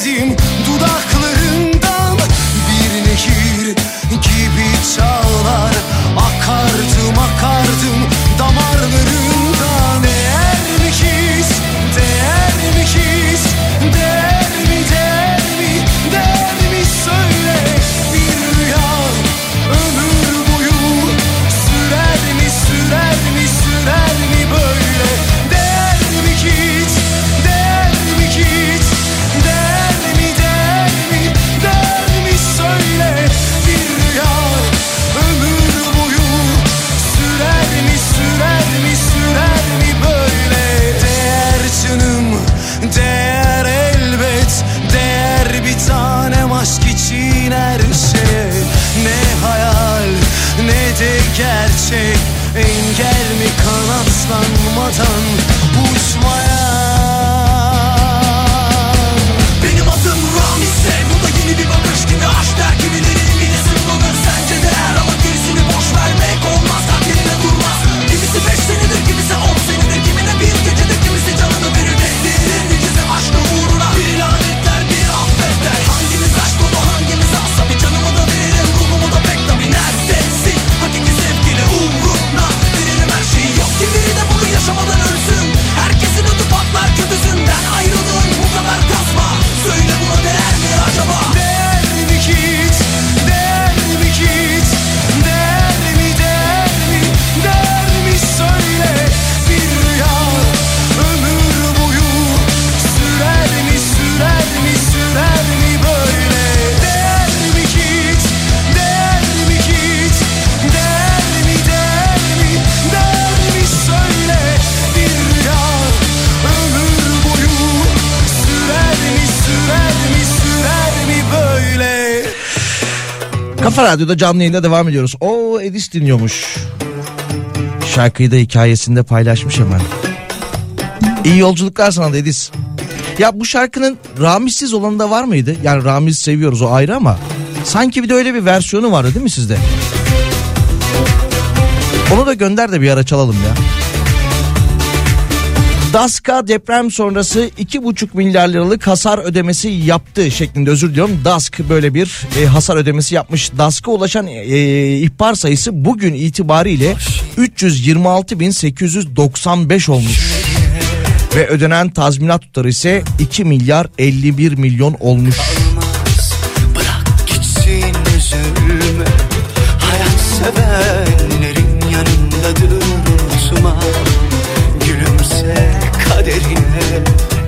sevdim dudaklarından. Bir nehir gibi çağlar akardım akardım damarlarından. Değer mi his, değer mi his, değer mi, değer mi, değer mi söyle. Bir rüya ömür boyu sürer mi, sürer mi, sürer mi böyle. Değer mi hiç, değer mi hiç, değer mi, değer mi, değer mi söyle. Bir rüya ömür boyu sürer mi, sürer mi, sürer mi böyle. Değer canım, değer elbet, değer bir tanem aşk için her şeye. Ne hayal ne de gerçek, engel mi kanatlanmadan uçmaya. Benim adım Ramise, bu da yeni bir bakış gibi. Aşk der kimilerin birisi bulur sence değer, ama gerisini boş vermek olmaz, takdirine durmaz. Kimisi 5 senedir, kimisi 10 senedir, kimine bir gecedir, kimisi canını verir. Verilir yüzü aşkı uğruna, bir lanetler bir affeder. Hangimiz aşk dolu hangimiz asabi, canımı da veririm ruhumu da pek tabi. Neredesin hakiki sevgili uğruna, veririm her şeyi, yok ki biri de bunu yaşamadan ölsün. Herkesin ödü patlar kötüsünden, ayrılığın bu kadar kasma. Söyle buna değer mi acaba? Değer mi hiç, değer mi hiç, değer mi, değer mi, değer mi söyle. Bir rüya ömür boyu sürer mi, sürer mi, sürer mi böyle. Değer mi hiç, değer mi hiç, değer mi, değer mi, değer mi söyle. Bir rüya ömür boyu sürer mi, sürer mi, sürer mi böyle. Kafa Radyo'da canlı yayında devam ediyoruz. O Edis dinliyormuş. Şarkıyı da hikayesinde paylaşmış hemen. İyi yolculuklar sana da Edis. Ya bu şarkının Ramizsiz olanı da var mıydı? Yani Ramiz seviyoruz, o ayrı, ama sanki bir de öyle bir versiyonu vardı değil mi sizde? Onu da gönder de bir ara çalalım ya. DASK'a deprem sonrası 2,5 milyar liralık hasar ödemesi yaptı şeklinde, özür diliyorum. DASK böyle bir hasar ödemesi yapmış. DASK'a ulaşan ihbar sayısı bugün itibariyle 326.895 olmuş. Ve ödenen tazminat tutarı ise 2 milyar 51 milyon olmuş. Bırak gitsin üzülme, hayat sevenlerin yanındadır unutma. Gülümse kaderine,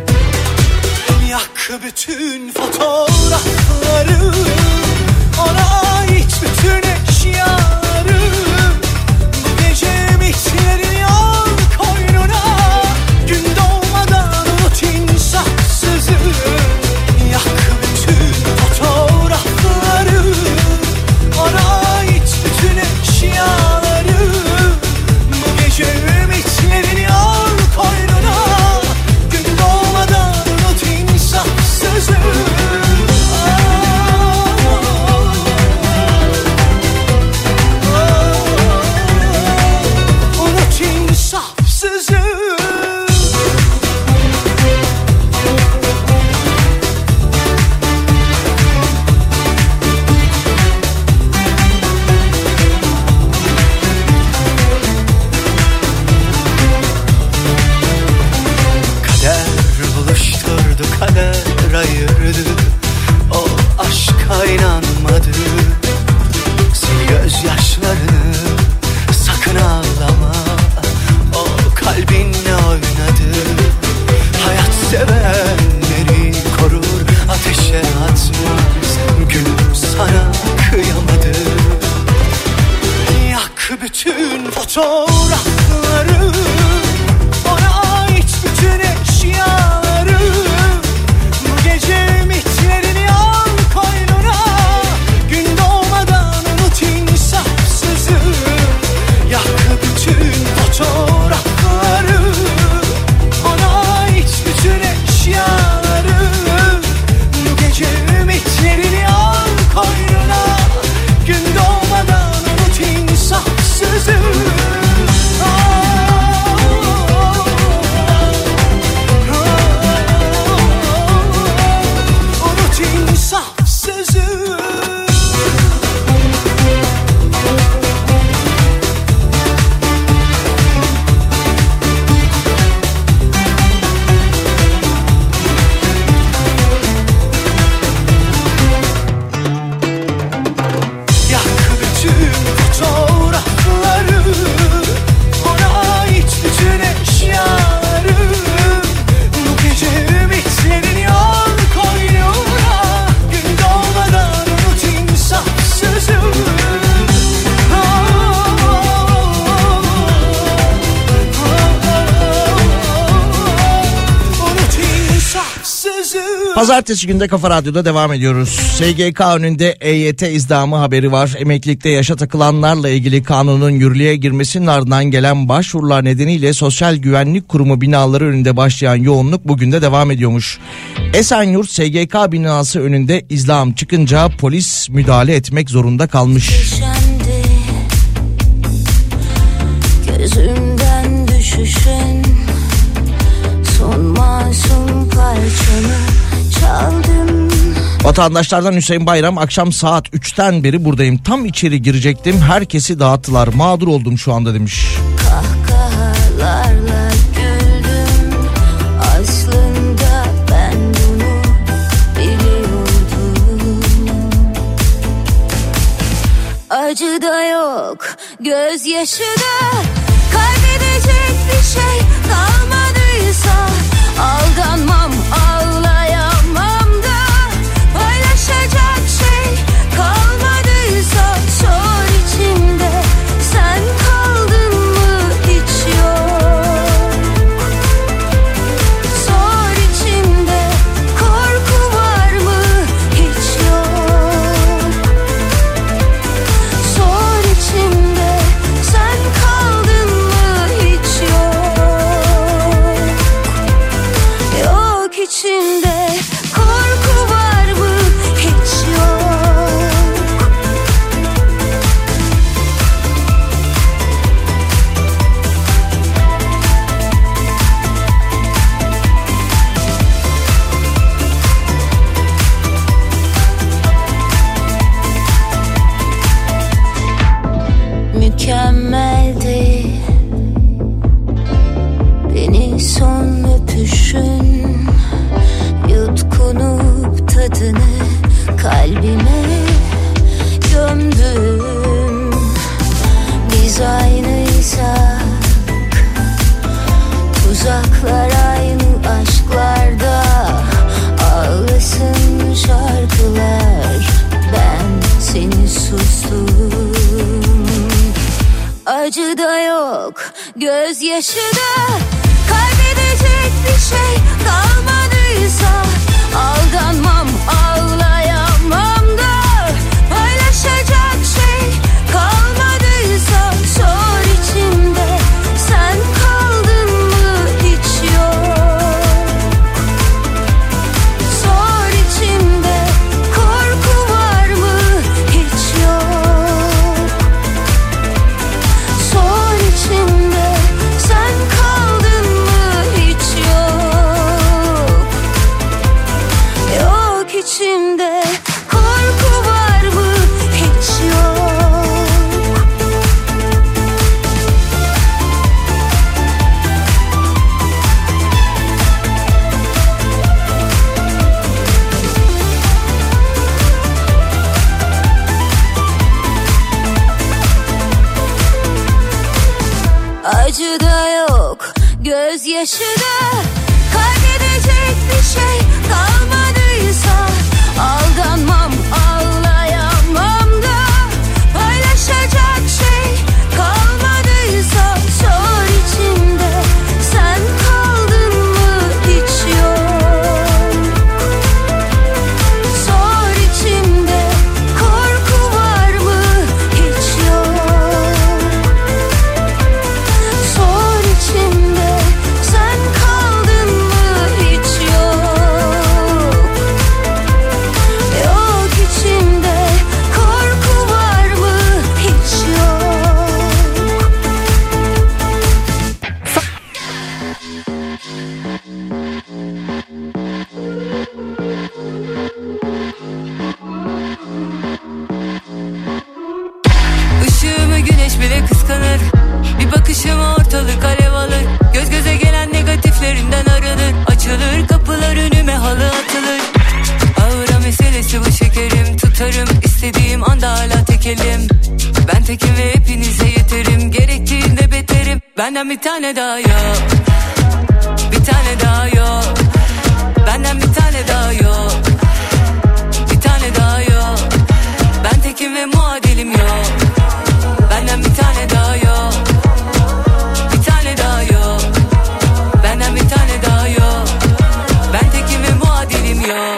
yak bütün fotoğrafları, ona ait bütün eşyaları. Bu gece mitlerin yol koynuna, gün doğmadan unut insafsızı. Yak bütün fotoğrafları, ona ait bütün eşyaları. Bu gece ümitlerin yol koynuna, gün doğmadan unut insafsızı. Unut insafsızı. Kader buluşturdu, kader ayırdı. O aşka inanmadı. Sil gözyaşlarını, sakın ağlama. O kalbinle oynadı. Hayat sevenleri korur, ateşe atmaz. Gülüm sana kıyamadı. Yak bütün fotoğrafları, ona ait bütün eşyaları. Bu gece ümitlerini al koynuna, gün doğmadan unut insafsızı. Yak bütün fotoğrafları, ona ait bütün eşyaları. Bu gece ümitlerini al koynuna, gün doğmadan unut insafsızı. Pazartesi günde Kafa Radyo'da devam ediyoruz. SGK önünde EYT izdamı haberi var. Emeklilikte yaşa takılanlarla ilgili kanunun yürürlüğe girmesinin ardından gelen başvurular nedeniyle Sosyal Güvenlik Kurumu binaları önünde başlayan yoğunluk bugün de devam ediyormuş. Esenyurt SGK binası önünde izdam çıkınca polis müdahale etmek zorunda kalmış. Gözümden düşüşün son masum parçanı çaldım. Vatandaşlardan Hüseyin Bayram, akşam saat 3'ten beri buradayım. Tam içeri girecektim. Herkesi dağıttılar. Mağdur oldum şu anda demiş. Kahkahalarla güldüm. Aslında ben bunu biliyordum. Acı da yok, gözyaşı da, kaybedecek bir şey kalmadıysa aldanmam, ağlayamam da, paylaşacak şey kalmadıysa sor içimde sen kaldın mı hiç yok. Sor içimde korku var mı hiç yok. Sor içimde sen kaldın mı hiç yok. Yok içimde korku var mı hiç yok. Mükemmeldi beni son öpüşün, yutkunup tadını kalbime gömdüm. Biz aynıysak tuzaklar aynı aşklarda, ağlasın şarkılar ben seni sustum. Acı da yok, gözyaşı da, kaybedecek bir şey kalmadıysa aldanmam, ağlayamam da, paylaşacak şey kalmadıysa sor içimde sen kaldın mı hiç yok. Sor içimde korku var mı hiç yok. Sor içimde sen kaldın mı hiç yok. Yok içimde korku var mı hiç yok. Acı da yok, gözyaşı da, kaybedecek bir şey kalmadıysa aldanmam, ağlayamam da, paylaşacak şey kalmadıysa sor içimde sen kaldın mı hiç yok. Sor içimde korku var mı hiç yok. Sor içimde sen kaldın mı hiç yok. Yok içimde korku var mı hiç yok. Işığımı güneş bile kıskanır. Bir bakışıma ortalık alev alır. Göz göze gelen negatiflerinden arınır. Açılır kapılar önüme, halı atılır. Ağıra meselesi bu şekerim. Tutarım istediğim anda hala tekelim. Ben tekim ve hepinize yeterim. Gerektiğinde beterim. Benden bir tane daha yok. Bir tane daha yok. Benden bir tane daha yok. Bir tane daha yok. Ben tekim ve muadilim yok. Benden bir tane daha yok. Bir tane daha yok. Benden bir tane daha yok. Ben tekim ve muadilim yok.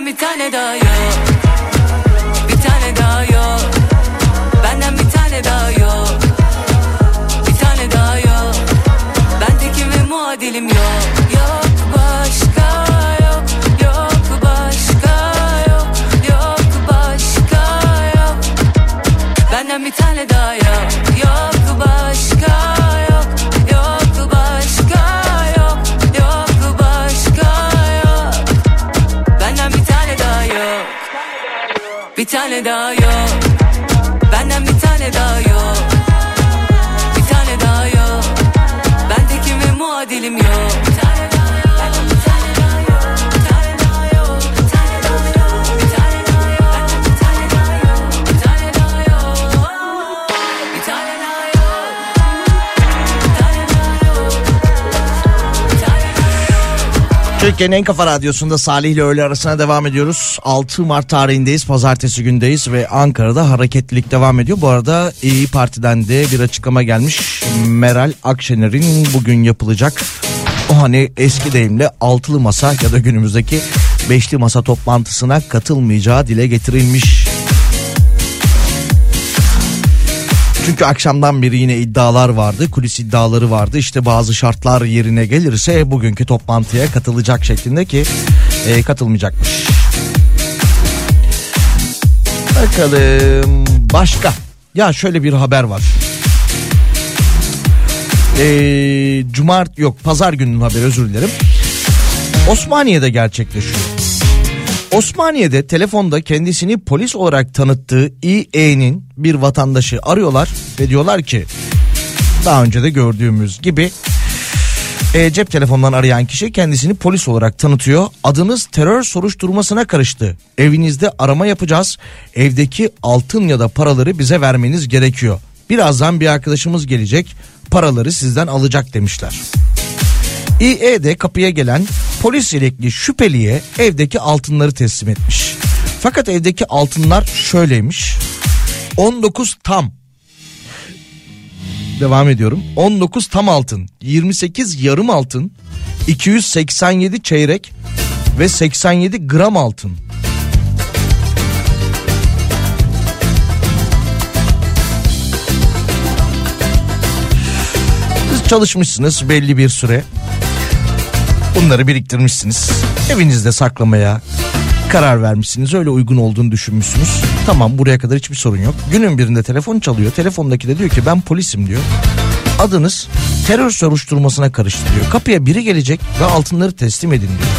Benden bir tane daha yok. Bir tane daha yok. Benden bir tane daha yok. Bir tane daha yok. Ben tekim ve muadilim yok. Yok başka yok. Yok başka yok. Yok başka yok. Benden bir tane daha yok. Yok başka yok. Yok başka yok. Yok başka yok. Benden bir tane daha yok. Bir tane daha yok. Benden bir tane daha yok. Bir tane daha yok. Ben tekim ve muadilim yok. Bir tane daha yok. Benden bir tane daha yok. Bir tane daha yok. Bir tane daha yok. Bir tane daha yok. Benden bir tane daha yok. Bir tane daha yok. Bir tane daha yok. Bir tane daha yok. Bir tane daha yok. Türkiye'nin en kafa radyosunda Salih ile öğle arasına devam ediyoruz. 6 Mart tarihindeyiz, pazartesi gündeyiz ve Ankara'da hareketlilik devam ediyor. Bu arada İYİ Parti'den de bir açıklama gelmiş. Meral Akşener'in bugün yapılacak o hani eski deyimle altılı masa ya da günümüzdeki beşli masa toplantısına katılmayacağı dile getirilmiş. Çünkü akşamdan beri yine iddialar vardı, kulis iddiaları vardı. İşte bazı şartlar yerine gelirse bugünkü toplantıya katılacak şeklinde ki katılmayacakmış. Bakalım başka. Ya şöyle bir haber var. Pazar gününün haberi, özür dilerim. Osmaniye'de gerçekleşiyor. Osmaniye'de telefonda kendisini polis olarak tanıttığı İE'nin bir vatandaşı arıyorlar ve diyorlar ki daha önce de gördüğümüz gibi cep telefonundan arayan kişi kendisini polis olarak tanıtıyor. Adınız terör soruşturmasına karıştı. Evinizde arama yapacağız. Evdeki altın ya da paraları bize vermeniz gerekiyor. Birazdan bir arkadaşımız gelecek. Paraları sizden alacak demişler. İE de kapıya gelen polis yelekli şüpheliye evdeki altınları teslim etmiş. Fakat evdeki altınlar şöyleymiş. 19 tam. Devam ediyorum. 19 tam altın, 28 yarım altın, 287 çeyrek ve 87 gram altın. Siz çalışmışsınız belli bir süre. Bunları biriktirmişsiniz. Evinizde saklamaya karar vermişsiniz. Öyle uygun olduğunu düşünmüşsünüz. Tamam, buraya kadar hiçbir sorun yok. Günün birinde telefon çalıyor. Telefondaki de diyor ki ben polisim diyor. Adınız terör soruşturmasına karıştı diyor. Kapıya biri gelecek ve altınları teslim edin diyor.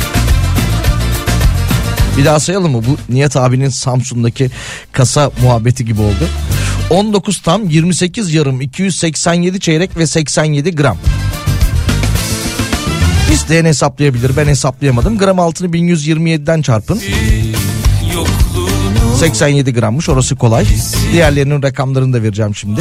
Bir daha sayalım mı? Bu Nihat abinin Samsun'daki kasa muhabbeti gibi oldu. 19 tam, 28 yarım, 287 çeyrek ve 87 gram. İsteyen hesaplayabilir, ben hesaplayamadım. Gram altını 1127'den çarpın. 87 grammış, orası kolay. Diğerlerinin rakamlarını da vereceğim şimdi.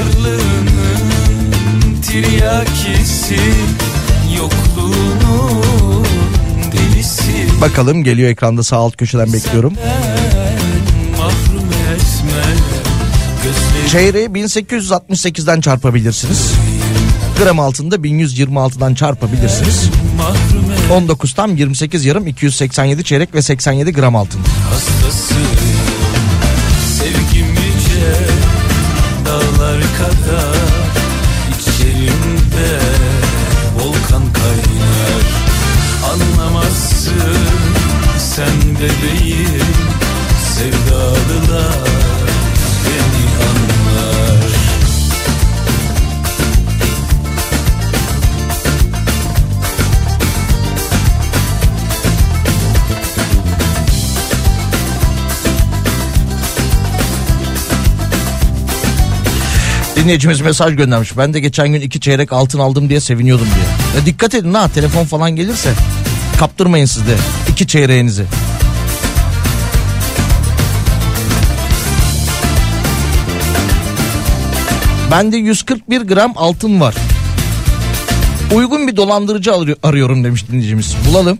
Bakalım, geliyor ekranda, sağ alt köşeden bekliyorum. Çeyreği 1868'den çarpabilirsiniz. Gram altında 1126'dan çarpabilirsiniz. 19 tam, 28 yarım, 287 çeyrek ve 87 gram altın. Hastası sevgim yüce dağlar kadar, içerimde volkan kaynar. Anlamazsın sen bebeğim, sevdalılar beni anlar. Dinleyicimiz mesaj göndermiş. Ben de geçen gün 2 çeyrek altın aldım diye seviniyordum diye. Ya dikkat edin ha, telefon falan gelirse kaptırmayın siz de 2 çeyreğinizi. Bende 141 gram altın var. Uygun bir dolandırıcı arıyorum demiş dinleyicimiz. Bulalım.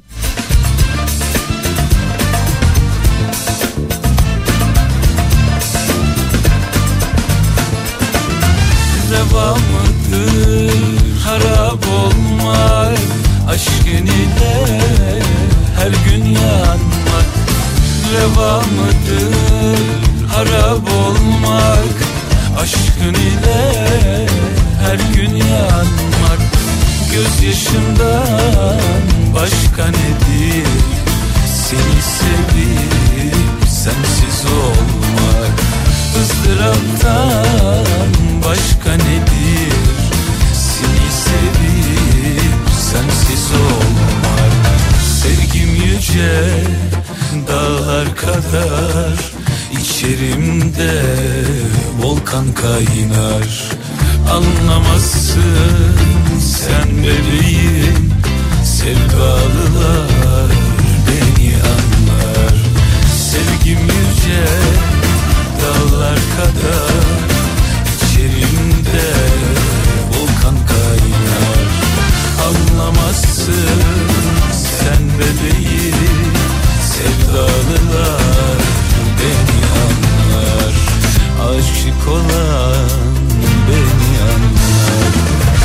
Reva mıdır harap olmak, aşkın ile her gün yanmak, reva mıdır harap olmak, aşkın ile her gün yanmak, gözyaşından başka nedir, seni sevip sensiz olmak, ızdıraptan başka nedir, seni sevip sensiz olmak. Sevgim yüce dağlar kadar, içerimde volkan kaynar. Anlamazsın sen bebeğim, sevdalılar beni anlar. Sevgim yüce dağlar kadar, içerimde volkan kaynar. Anlamazsın sen bebeğim, sevdalılar beni anlar. Aşık olan beni anlar.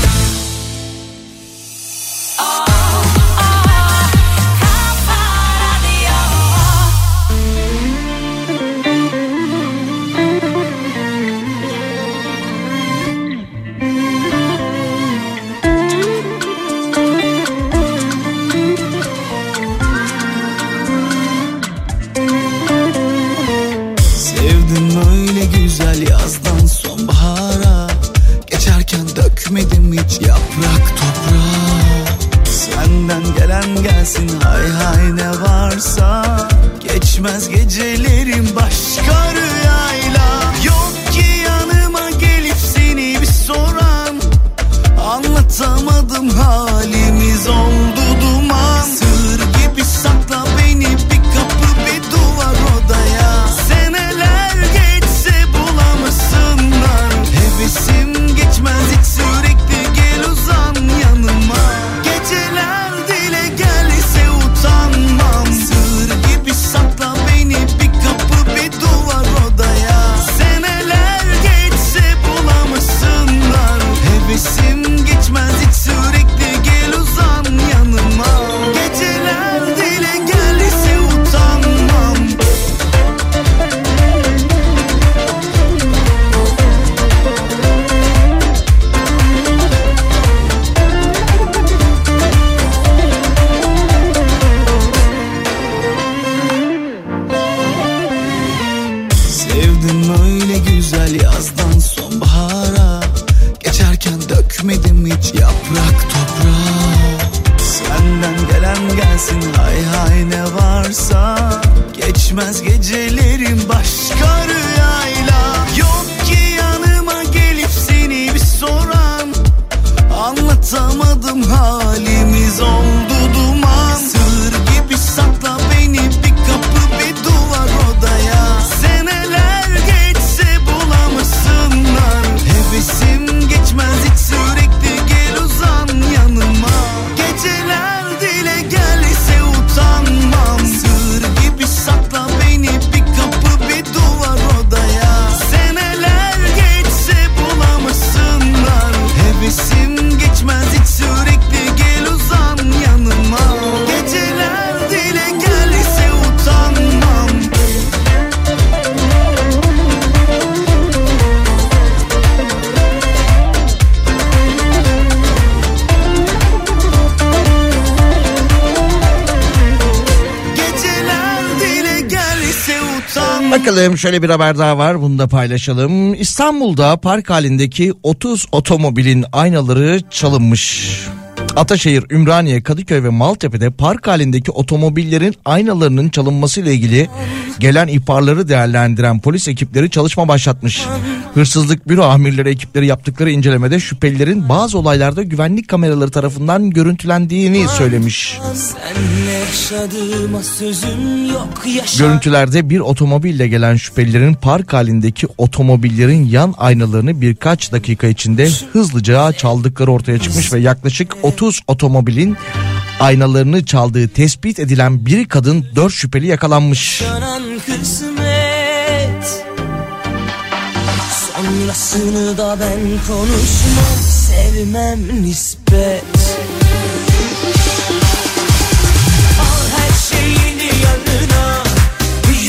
Dökmedim hiç yaprak toprağa. Senden gelen gelsin hay hay ne varsa. Geçmez gecelerim başka rüyayla. Yok ki yanıma gelip seni bir soran. Anlatamadım halimiz oldu duman. Sır gibi sakla beni bir kapı bir duvar odaya. Seneler geçse bulamasınlar. Hevesim geçmez hiç, sürekli gel uzan yanıma. Geceler dile gelse utanmam. Sır gibi sakla beni bir kapı bir duvar odaya. Seneler geçse bulamasınlar. Hevesim geçmez hiç, sürekli gel uzan yanıma. Geceler dile gelse utanmam. Sevdim öyle güzel yazdan sonbahara. Geçerken dökmedim hiç yaprak toprağa. Senden gelen gelsin hay hay ne varsa. Geçmez gecelerim başka rüyayla. Yok ki yanıma gelip seni bir soran. Anlatamadım halimiz oldu duman. Sır gibi sakla beni bir kapı bir duvar odaya. Seneler geçse bulamasınlar. Hevesim geçmez hiç, sürekli gel uzan yanıma. Geceler dile gelse utanmam. Sır gibi sakla beni bir kapı bir duvar odaya. Seneler geçse bulamasınlar. Hevesim geçmez hiç, sürekli gel uzan yanıma. Geceler dile gelse utanmam. Geceler dile gelse utanmam. Bakalım, şöyle bir haber daha var, bunu da paylaşalım. İstanbul'da park halindeki 30 otomobilin aynaları çalınmış. Ataşehir, Ümraniye, Kadıköy ve Maltepe'de park halindeki otomobillerin aynalarının çalınmasıyla ilgili gelen ihbarları değerlendiren polis ekipleri çalışma başlatmış. Hırsızlık büro amirleri ekipleri yaptıkları incelemede şüphelilerin bazı olaylarda güvenlik kameraları tarafından görüntülendiğini söylemiş. Görüntülerde bir otomobille gelen şüphelilerin park halindeki otomobillerin yan aynalarını birkaç dakika içinde hızlıca çaldıkları ortaya çıkmış ve yaklaşık 30 otomobilin aynalarını çaldığı tespit edilen bir kadın 4 şüpheli yakalanmış. Sonrasını da ben konuşmam, sevmem nispet. Al her şeyini yanına,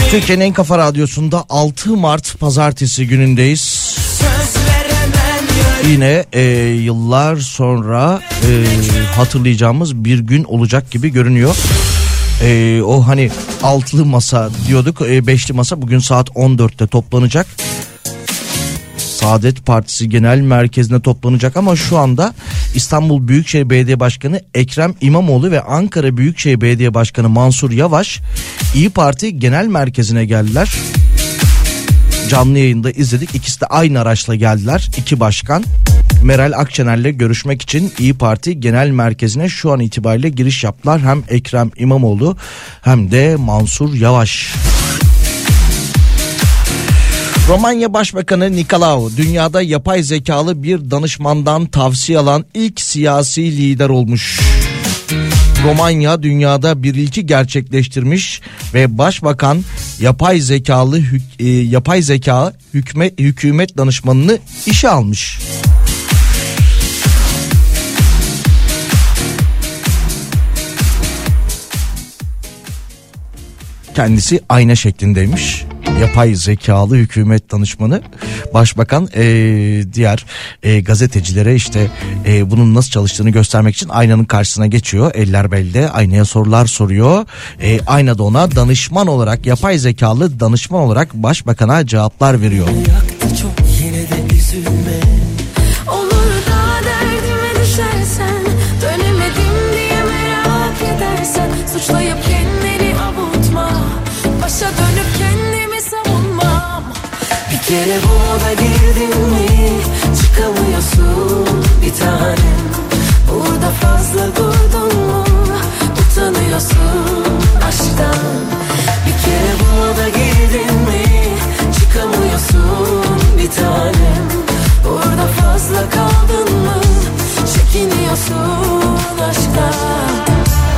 Türkiye'nin en kafa radyosunda 6 Mart pazartesi günündeyiz. Yine yıllar sonra hatırlayacağımız bir gün olacak gibi görünüyor. O hani altılı masa diyorduk, beşli masa bugün saat 14'te toplanacak. Saadet Partisi Genel Merkezi'ne toplanacak ama şu anda İstanbul Büyükşehir Belediye Başkanı Ekrem İmamoğlu ve Ankara Büyükşehir Belediye Başkanı Mansur Yavaş İYİ Parti Genel Merkezi'ne geldiler. Canlı yayında izledik. İkisi de aynı araçla geldiler. İki başkan Meral Akşener'le görüşmek için İYİ Parti Genel Merkezi'ne şu an itibariyle giriş yaptılar. Hem Ekrem İmamoğlu hem de Mansur Yavaş. Romanya Başbakanı Nicolae dünyada yapay zekalı bir danışmandan tavsiye alan ilk siyasi lider olmuş. Romanya dünyada bir ilki gerçekleştirmiş ve başbakan yapay zeka hükümet danışmanını işe almış. Kendisi ayna şeklindeymiş. Yapay zekalı hükümet danışmanı başbakan diğer gazetecilere işte bunun nasıl çalıştığını göstermek için aynanın karşısına geçiyor. Eller belde aynaya sorular soruyor. Ayna da ona danışman olarak, yapay zekalı danışman olarak başbakana cevaplar veriyor. Yaktı çok, yine de üzülme. Olur da derdime düşersen, dönemedim diye merak edersen, suçlayıp kendini avutma, başa dönüp kendimi savunmam. Bir kere bu oda girdin mi çıkamıyorsun bir tanem. Burada fazla durdun mu utanıyorsun aşktan. Bir kere bu oda girdin mi çıkamıyorsun bir tanem. Burada fazla kaldın mı çekiniyorsun aşktan.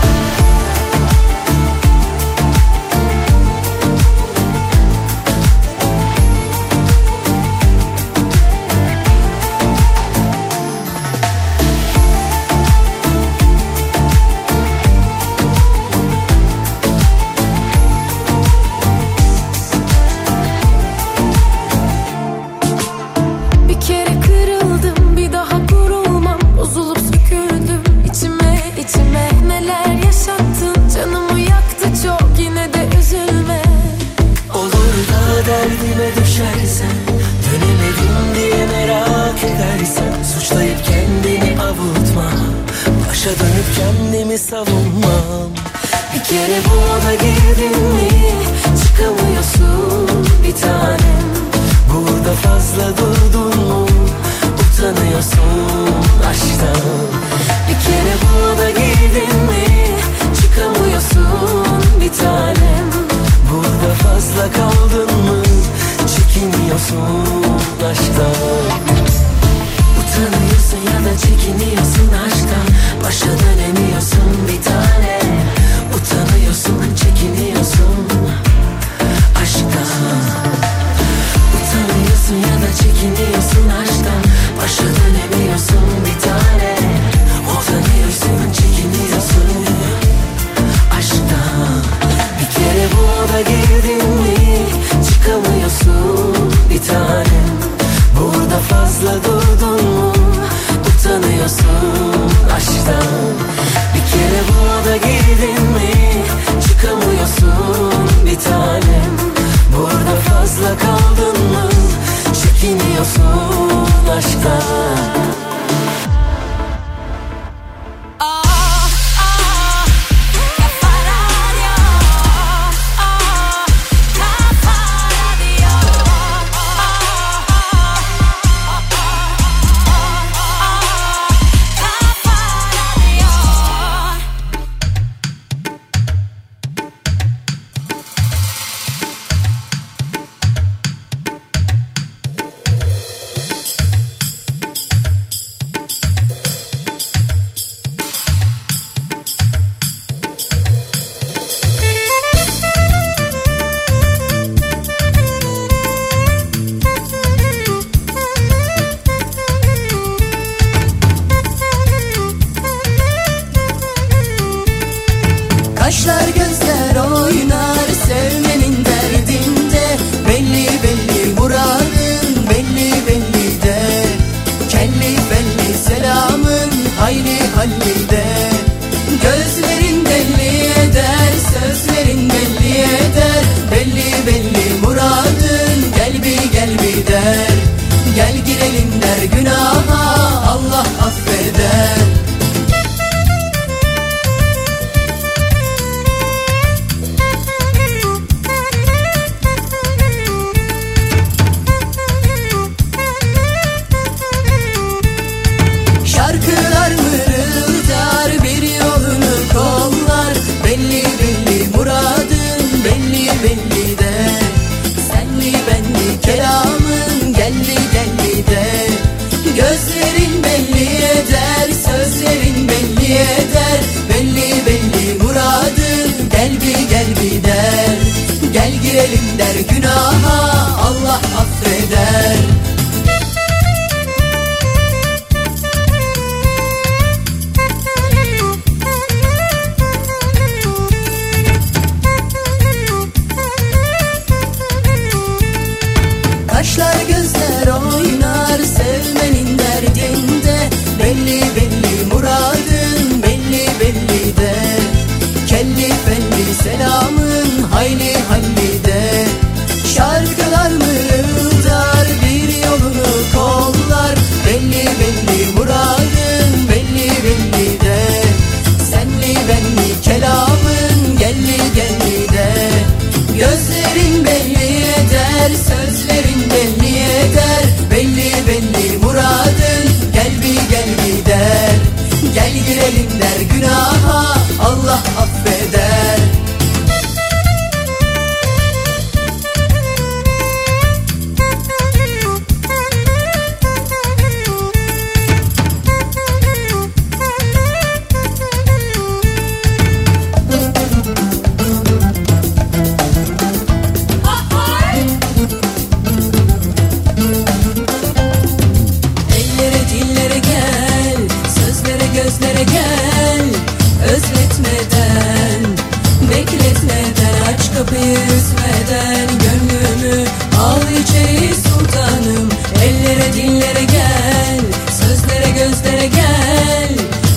Suçlayıp kendini avutma, başa dönüp kendimi savunmam. Bir kere bu oda girdin mi çıkamıyorsun bir tanem. Burada fazla durdun mu utanıyorsun aşktan. Bir kere bu oda girdin mi çıkamıyorsun bir tanem. Burada fazla kaldın mı çekiniyorsun aşktan. Utanıyorsun ya da çekiniyorsun aşktan, başa dönemiyorsun bir tane. Utanıyorsun, çekiniyorsun aşktan. Utanıyorsun ya da çekiniyorsun aşktan, başa dönemiyorsun bir tane. Utanıyorsun, çekiniyorsun aşktan. Bir kere bu oda girdin mi çıkamıyorsun bir tane. girelim der günaha, Allah affeder. Kaşlar gözler oynar sevmenin derdinde, belli belli muradın belli belli de, kelli felli selamın hayli halli de, şarkılar mırıldar bir yolunu kollar, belli belli muradın belli belli de, senli benli kelamın gelli gelli de, gözlerin belli eder sözlerin belli eder, belli belli muradın gel bir der, gel girelim der günaha, Allah affeder. Gözlere gel, özletmeden, bekletmeden, aç kapıyı üzmeden, gönlümü al içeri sultanım. Ellere dillere gel, sözlere gözlere gel,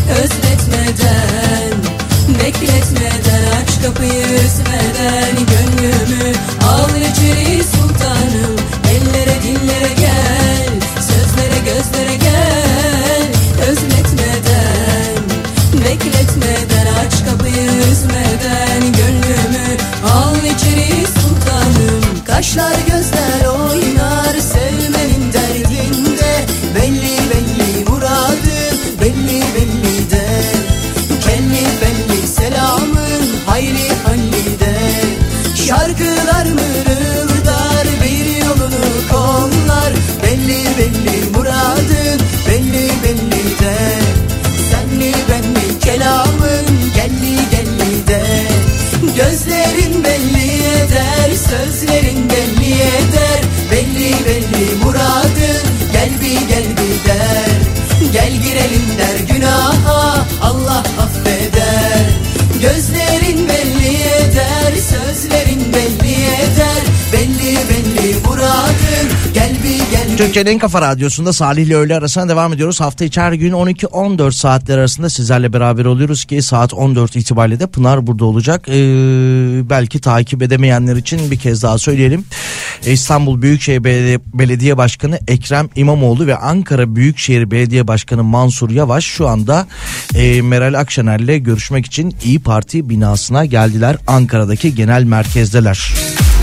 özletmeden, bekletmeden, aç kapıyı üzmeden, gönlümü al içeri sultanım. Ellere dillere gel, sözlere gözlere gel, özletmeden, bekletmeden, aç kapıyı üzmeden, gönlümü al içeri sultanım. Kaşlar gözler oynar sevmenin derdinde, belli belli muradın belli belli de, kelli belli selamın hayli halli de, şarkılar mırıldar bir yolunu kollar, belli belli muradın belli belli de, senli benli kelamın gelli gelli de, gözlerin belli eder sözlerin belli eder, belli belli muradın gel bir der, gel girelim der günaha, Allah affeder. Gözlerin belli eder sözlerin belli eder, belli belli muradın gel bir Türkiye'nin en kafa radyosunda Salih ile öğle arasına devam ediyoruz. Hafta içi her gün 12-14 saatler arasında sizlerle beraber oluyoruz ki saat 14 itibariyle de Pınar burada olacak. Belki takip edemeyenler için bir kez daha söyleyelim. İstanbul Büyükşehir Belediye Başkanı Ekrem İmamoğlu ve Ankara Büyükşehir Belediye Başkanı Mansur Yavaş şu anda Meral Akşener'le görüşmek için İYİ Parti binasına geldiler. Ankara'daki genel merkezdeler.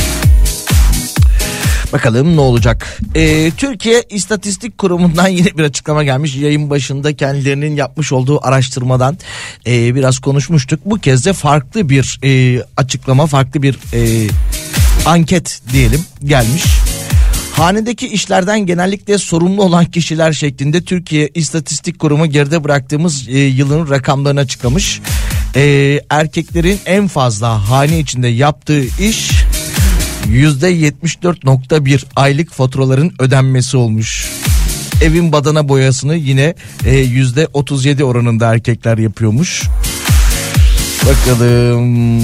Bakalım ne olacak. Türkiye İstatistik Kurumu'ndan yine bir açıklama gelmiş. Yayın başında kendilerinin yapmış olduğu araştırmadan biraz konuşmuştuk. Bu kez de farklı bir açıklama, farklı bir anket diyelim gelmiş. Hanedeki işlerden genellikle sorumlu olan kişiler şeklinde Türkiye İstatistik Kurumu geride bıraktığımız yılın rakamlarını açıklamış. Erkeklerin en fazla hane içinde yaptığı iş %74.1 aylık faturaların ödenmesi olmuş. Evin badana boyasını yine %37 oranında erkekler yapıyormuş. Bakalım.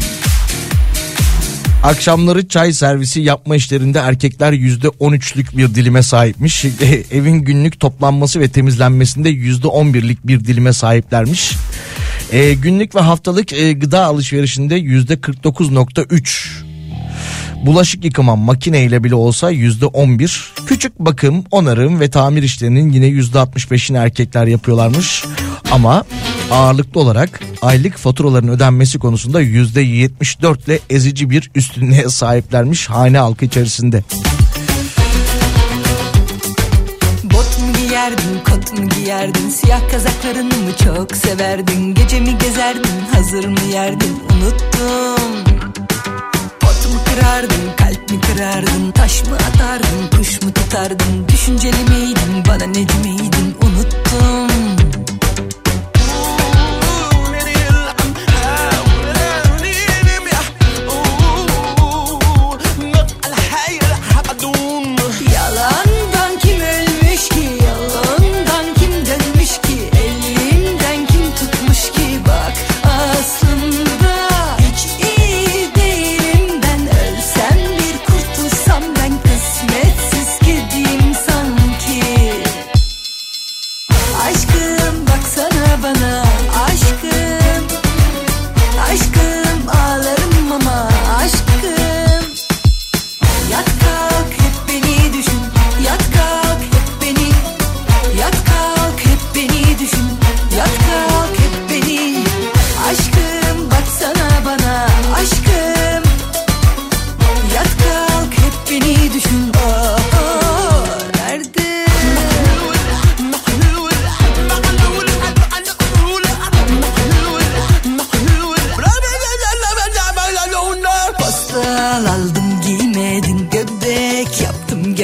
Akşamları çay servisi yapma işlerinde erkekler %13'lük bir dilime sahipmiş. Evin günlük toplanması ve temizlenmesinde %11'lik bir dilime sahiplermiş. Günlük ve haftalık gıda alışverişinde %49.3. Bulaşık yıkama makineyle bile olsa %11. Küçük bakım, onarım ve tamir işlerinin yine %65'ini erkekler yapıyorlarmış. Ama ağırlıklı olarak aylık faturaların ödenmesi konusunda %74 ile ezici bir üstünlüğe sahiplermiş hane halkı içerisinde. Bot mu giyerdin, kot mu giyerdin, siyah kazaklarını mı çok severdin, gece mi gezerdin, hazır mı yerdin, unuttum. Pot mu kırardın, kalp mi kırardın, taş mı atardın, kuş mu tutardın, düşünceli miydin, bana neci miydin, unuttum.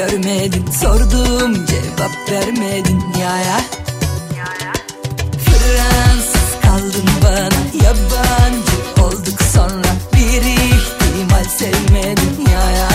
görmedin. Sordum cevap vermedin ya. Fransız kaldın bana, yabancı olduk sonra. Bir ihtimal sevmedin ya.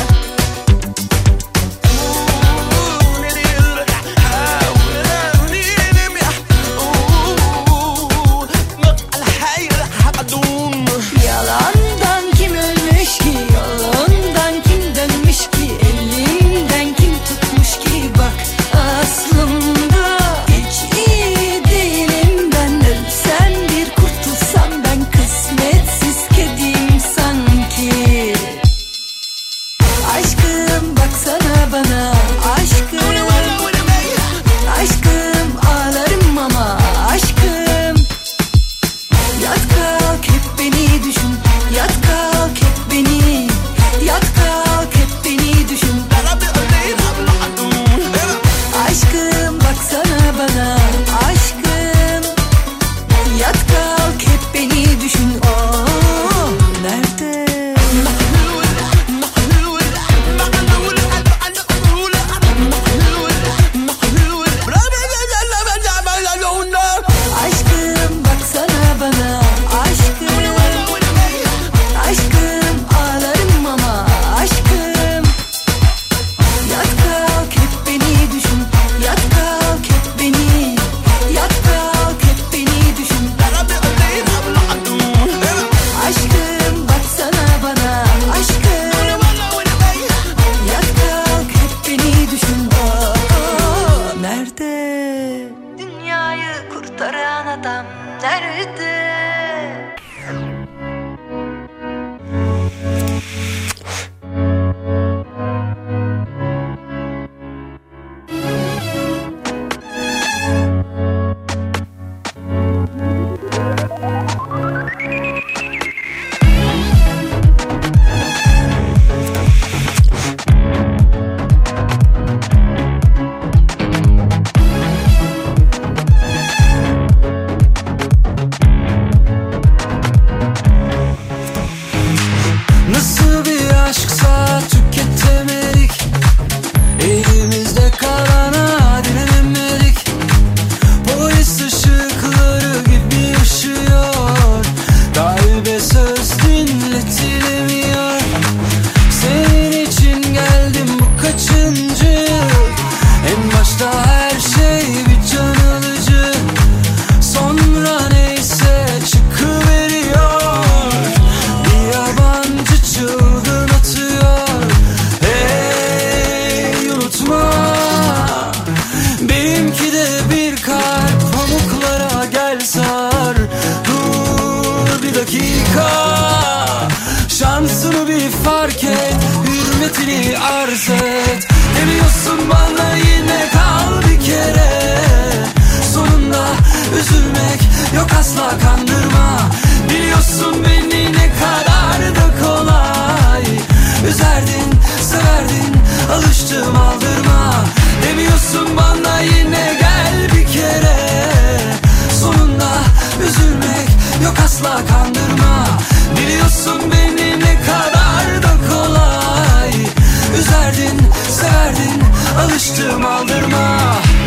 Yalandan kim ölmüş ki, yolundan kim dönmüş ki, elinden kim tutmuş ki, bak aslında hiç iyi değilim ben. Ölsem bir kurtulsam ben, kısmetsiz kediyim sanki. Aşkım baksana bana, aşkım, aşkım ağlarım ama aşkım. Yat kalk hep beni düşün, yat kalk hep beni, yat kalk hep beni düşün. Aşkım baksana bana, aşkım. Yat kalk hep beni düşün. Oh, nerede? Aşkım baksana bana, aşkım, aşkım ağlarım ama aşkım. Yat kalk hep beni düşün, yat kalk hep beni, yat kalk hep beni düşün. Aşkım baksana bana, aşkım. Yat kalk hep beni düşün. Oh, nerede? Dünyayı kurtaran adam nerede? Nasıl bir aşksa tüketemedik, elimizde kalana direnemedik. Polis ışıkları gibi ışıyor, kalbe söz dinletilemiyor. Senin için geldim bu kaçıncı, en başta her şey bir can alıcı. Sonra neyse çıkıveriyor, bir yabancı çılgın atıyor. Hey unutma, benimki de bir kalp, pamuklara gel sar. Dur bir dakika, şansını bir fark et, hürmetini arz et. Demiyorsun bana yine kal bir kere, sonunda üzülmek yok asla, kandırma. Biliyorsun beni ne kadar da kolay üzerdin, severdin, alıştım aldırma. Demiyorsun bana yine gel bir kere, sonunda üzülmek yok asla, kandırma. Biliyorsun beni ne kadar da kolay üzerdin, severdin, alıştım aldırma.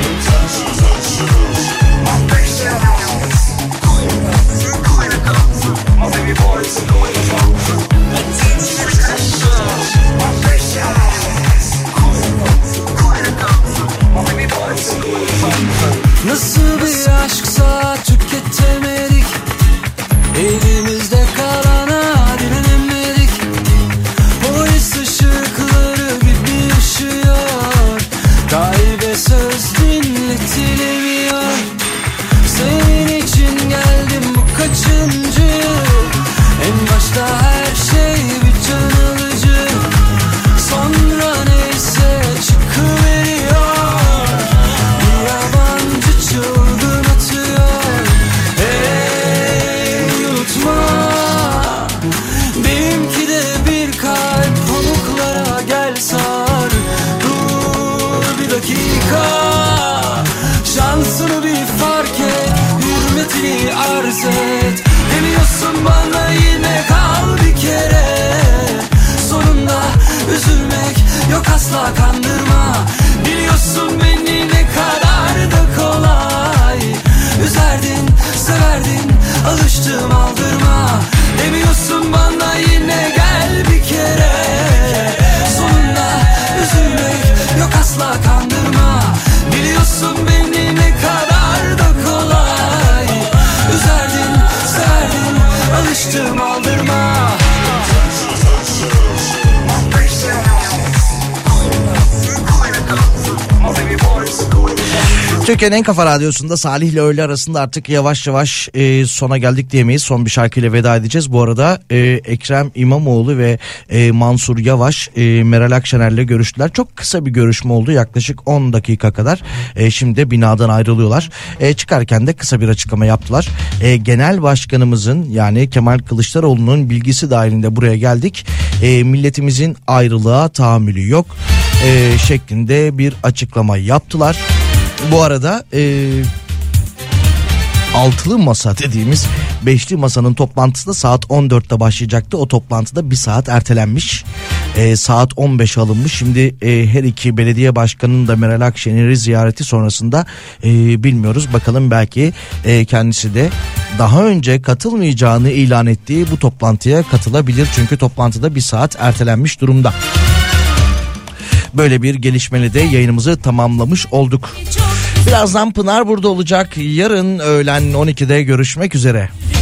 Nasıl bir aşksa tüketemedik, elimizde kalana direnemedik. Polis ışıkları gibi ışıyor, kalbe söz dinletilemiyor. Senin için geldim bu kaçıncı, en başta her şey bir can alıcı. Sonra neyse çıkıveriyor, bir yabancı çılgın atıyor. Hey unutma, benimki de bir kalp, pamuklara gel sar. Dur bir dakika, şansını bir fark et, hürmetini arz et. Demiyorsun bana yine kal bir kere, sonunda üzülmek yok asla, kandırma. Türkiye'nin en kafa radyosunda Salih ile öğle arasında artık yavaş yavaş sona geldik diyemeyiz. Son bir şarkıyla veda edeceğiz. Bu arada Ekrem İmamoğlu ve Mansur Yavaş Meral Akşener'le görüştüler. Çok kısa bir görüşme oldu, yaklaşık 10 dakika kadar. Şimdi binadan ayrılıyorlar. Çıkarken de kısa bir açıklama yaptılar. Genel başkanımızın, yani Kemal Kılıçdaroğlu'nun bilgisi dahilinde buraya geldik. Milletimizin ayrılığa tahammülü yok şeklinde bir açıklama yaptılar. Bu arada altılı masa dediğimiz beşli masanın toplantısı da saat 14'te başlayacaktı. O toplantıda bir saat ertelenmiş. Saat 15 alınmış. Şimdi her iki belediye başkanının da Meral Akşener'i ziyareti sonrasında bilmiyoruz. Bakalım, belki kendisi de daha önce katılmayacağını ilan ettiği bu toplantıya katılabilir. Çünkü toplantıda bir saat ertelenmiş durumda. Böyle bir gelişmeyle de yayınımızı tamamlamış olduk. Birazdan Pınar burada olacak. Yarın öğlen 12'de görüşmek üzere.